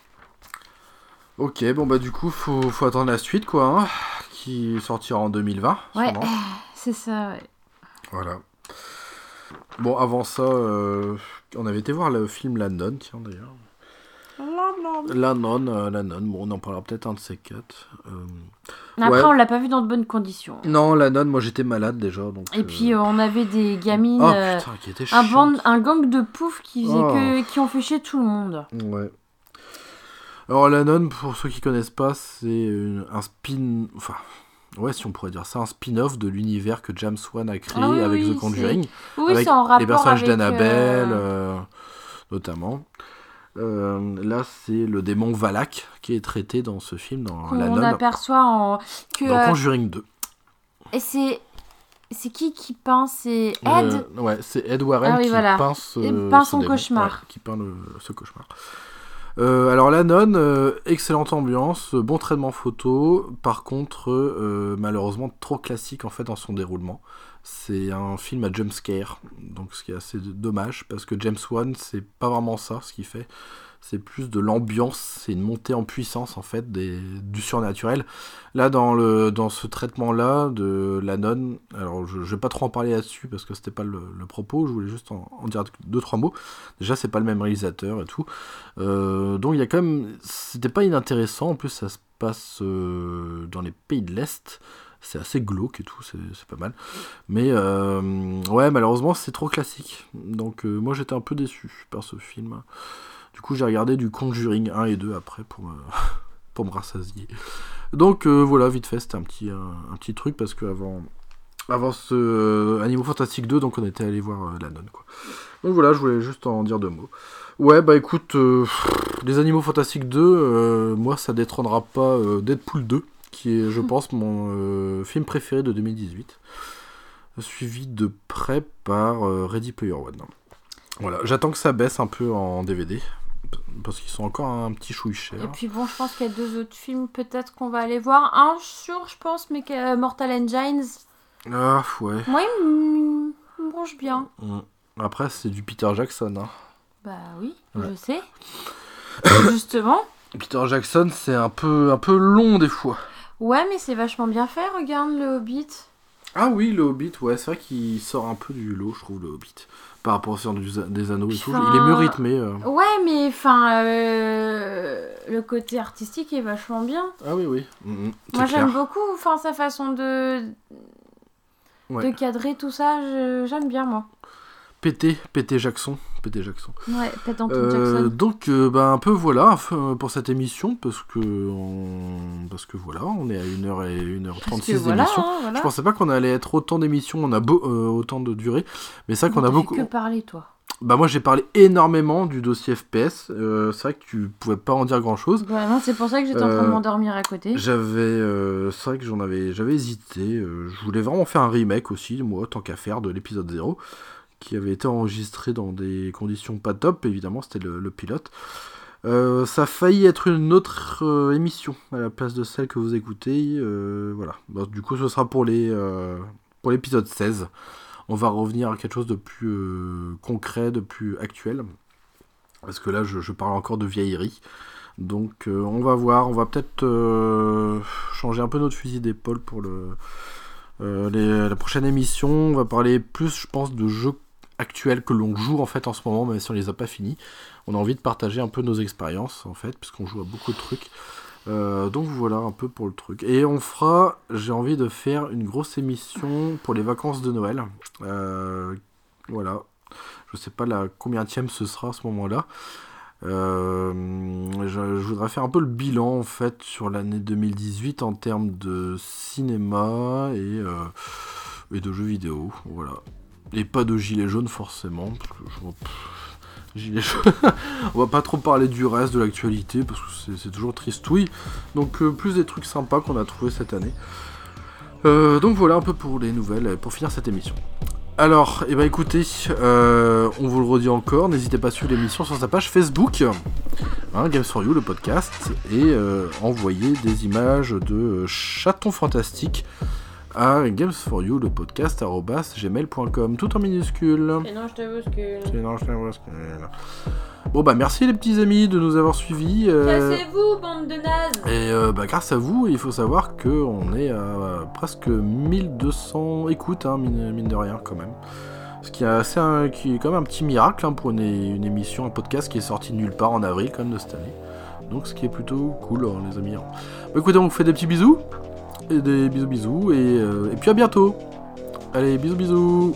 B: Ok, bon bah du coup, faut attendre la suite, quoi, hein, qui sortira en 2020.
C: Ouais,
B: sûrement.
C: c'est ça, ouais.
B: Voilà. Bon, avant ça, on avait été voir le film La Nonne, tiens, d'ailleurs. La Nonne, bon, on en parlera peut-être un de ces quatre.
C: Après, on l'a pas vu dans de bonnes conditions.
B: Non, La Nonne, moi j'étais malade déjà. Donc,
C: et puis, on avait des gamines.
B: Oh putain, qui était chiant.
C: Un gang de poufs qui ont fait chier tout le monde.
B: Ouais. Alors, La Nonne, pour ceux qui connaissent pas, c'est un spin. Enfin, ouais, si on pourrait dire ça, un spin-off de l'univers que James Wan a créé avec The Conjuring.
C: Oui,
B: avec
C: c'est en rapport
B: les personnages
C: avec
B: d'Annabelle, notamment. Là, c'est le démon Valak qui est traité dans ce film, dans La Nonne.
C: On aperçoit dans
B: Conjuring 2.
C: Et c'est qui peint? C'est Ed
B: ouais, c'est Ed Warren qui peint
C: son cauchemar.
B: Ouais, qui peint ce cauchemar. Alors La Nonne, excellente ambiance, bon traitement photo. Par contre, malheureusement, trop classique en fait dans son déroulement. C'est un film à jumpscare, donc ce qui est assez dommage, parce que James Wan, c'est pas vraiment ça ce qu'il fait. C'est plus de l'ambiance, c'est une montée en puissance en fait du surnaturel. Là, dans ce traitement-là de La Nonne, alors je vais pas trop en parler là-dessus parce que c'était pas le propos, je voulais juste en dire 2-3 mots. Déjà, c'est pas le même réalisateur et tout. Donc il y a quand même, c'était pas inintéressant, en plus ça se passe dans les pays de l'Est. C'est assez glauque et tout, c'est pas mal. Mais ouais, malheureusement, c'est trop classique. Donc moi, j'étais un peu déçu par ce film. Du coup, j'ai regardé du Conjuring 1 et 2 après pour me rassasier. Donc voilà, vite fait, c'était un petit truc parce que avant ce Animaux Fantastiques 2, donc on était allé voir La Nonne, quoi. Donc voilà, je voulais juste en dire 2 mots. Ouais, bah écoute, les Animaux Fantastiques 2, moi, ça détrônera pas Deadpool 2. Qui est, je pense, mon film préféré de 2018, suivi de près par Ready Player One. Voilà, j'attends que ça baisse un peu en DVD, parce qu'ils sont encore un petit chouille cher.
C: Et puis bon, je pense qu'il y a 2 autres films peut-être qu'on va aller voir. Un sûr, je pense, mais Mortal Engines.
B: Ah, ouais.
C: Moi, il me branche bien.
B: Après, c'est du Peter Jackson. Hein.
C: Bah oui, ouais. Je sais. Justement.
B: Peter Jackson, c'est un peu long des fois.
C: Ouais, mais c'est vachement bien fait, regarde le Hobbit.
B: Ah oui, le Hobbit, ouais, c'est vrai qu'il sort un peu du lot, je trouve, le Hobbit. Par rapport au Seigneur des Anneaux et tout, il est mieux rythmé.
C: Ouais, mais enfin, le côté artistique est vachement bien.
B: Ah oui.
C: Moi, j'aime beaucoup sa façon de cadrer tout ça, j'aime bien, moi.
B: Pété Jackson.
C: Ouais, pétant Jackson.
B: Donc, un peu voilà pour cette émission, parce que voilà, on est à 1h36 d'émission. Voilà. Je pensais pas qu'on allait être autant d'émissions, on a autant de durée, mais c'est vrai qu'on a beaucoup...
C: Tu que parler, toi.
B: Bah moi j'ai parlé énormément du dossier FPS, c'est vrai que tu pouvais pas en dire grand chose.
C: Ouais, non, c'est pour ça que j'étais en train de m'endormir à côté.
B: C'est vrai que j'avais hésité, je voulais vraiment faire un remake aussi, moi, tant qu'à faire, de l'épisode 0. Qui avait été enregistré dans des conditions pas top, évidemment, c'était le pilote. Ça a failli être une autre émission à la place de celle que vous écoutez. Voilà. Bah, du coup, ce sera pour l'épisode 16. On va revenir à quelque chose de plus concret, de plus actuel. Parce que là, je parle encore de vieillerie. Donc, on va voir. On va peut-être changer un peu notre fusil d'épaule pour la prochaine émission. On va parler plus, je pense, de jeux actuels que l'on joue en fait en ce moment, même si on les a pas finis. On a envie de partager un peu nos expériences en fait, puisqu'on joue à beaucoup de trucs. Donc voilà un peu pour le truc. Et j'ai envie de faire une grosse émission pour les vacances de Noël. Voilà. Je sais pas combienième ce sera à ce moment-là. Je voudrais faire un peu le bilan en fait sur l'année 2018 en termes de cinéma et de jeux vidéo. Voilà. Et pas de gilets jaunes forcément. Parce que gilets jaunes. On va pas trop parler du reste de l'actualité parce que c'est toujours tristouille. Donc plus des trucs sympas qu'on a trouvés cette année. Donc voilà un peu pour les nouvelles, pour finir cette émission. Alors, écoutez, on vous le redit encore, n'hésitez pas à suivre l'émission sur sa page Facebook, Games for You, le podcast, et envoyer des images de chatons fantastiques à Games4You, le podcast @gmail.com, tout en minuscule.
C: Et non, je te bouscule.
B: Bon bah merci les petits amis de nous avoir suivis.
C: Cassez-vous, bande de nazes.
B: Et grâce à vous, il faut savoir qu'on est à presque 1200 écoutes, hein, mine de rien quand même. Ce qui est quand même un petit miracle hein, pour une émission, un podcast qui est sorti de nulle part en avril quand même de cette année. Donc ce qui est plutôt cool hein, les amis. Bah, écoutez, on vous fait des petits bisous. Et des bisous et puis à bientôt. Allez, bisous.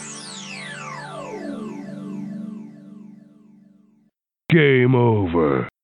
A: Game over.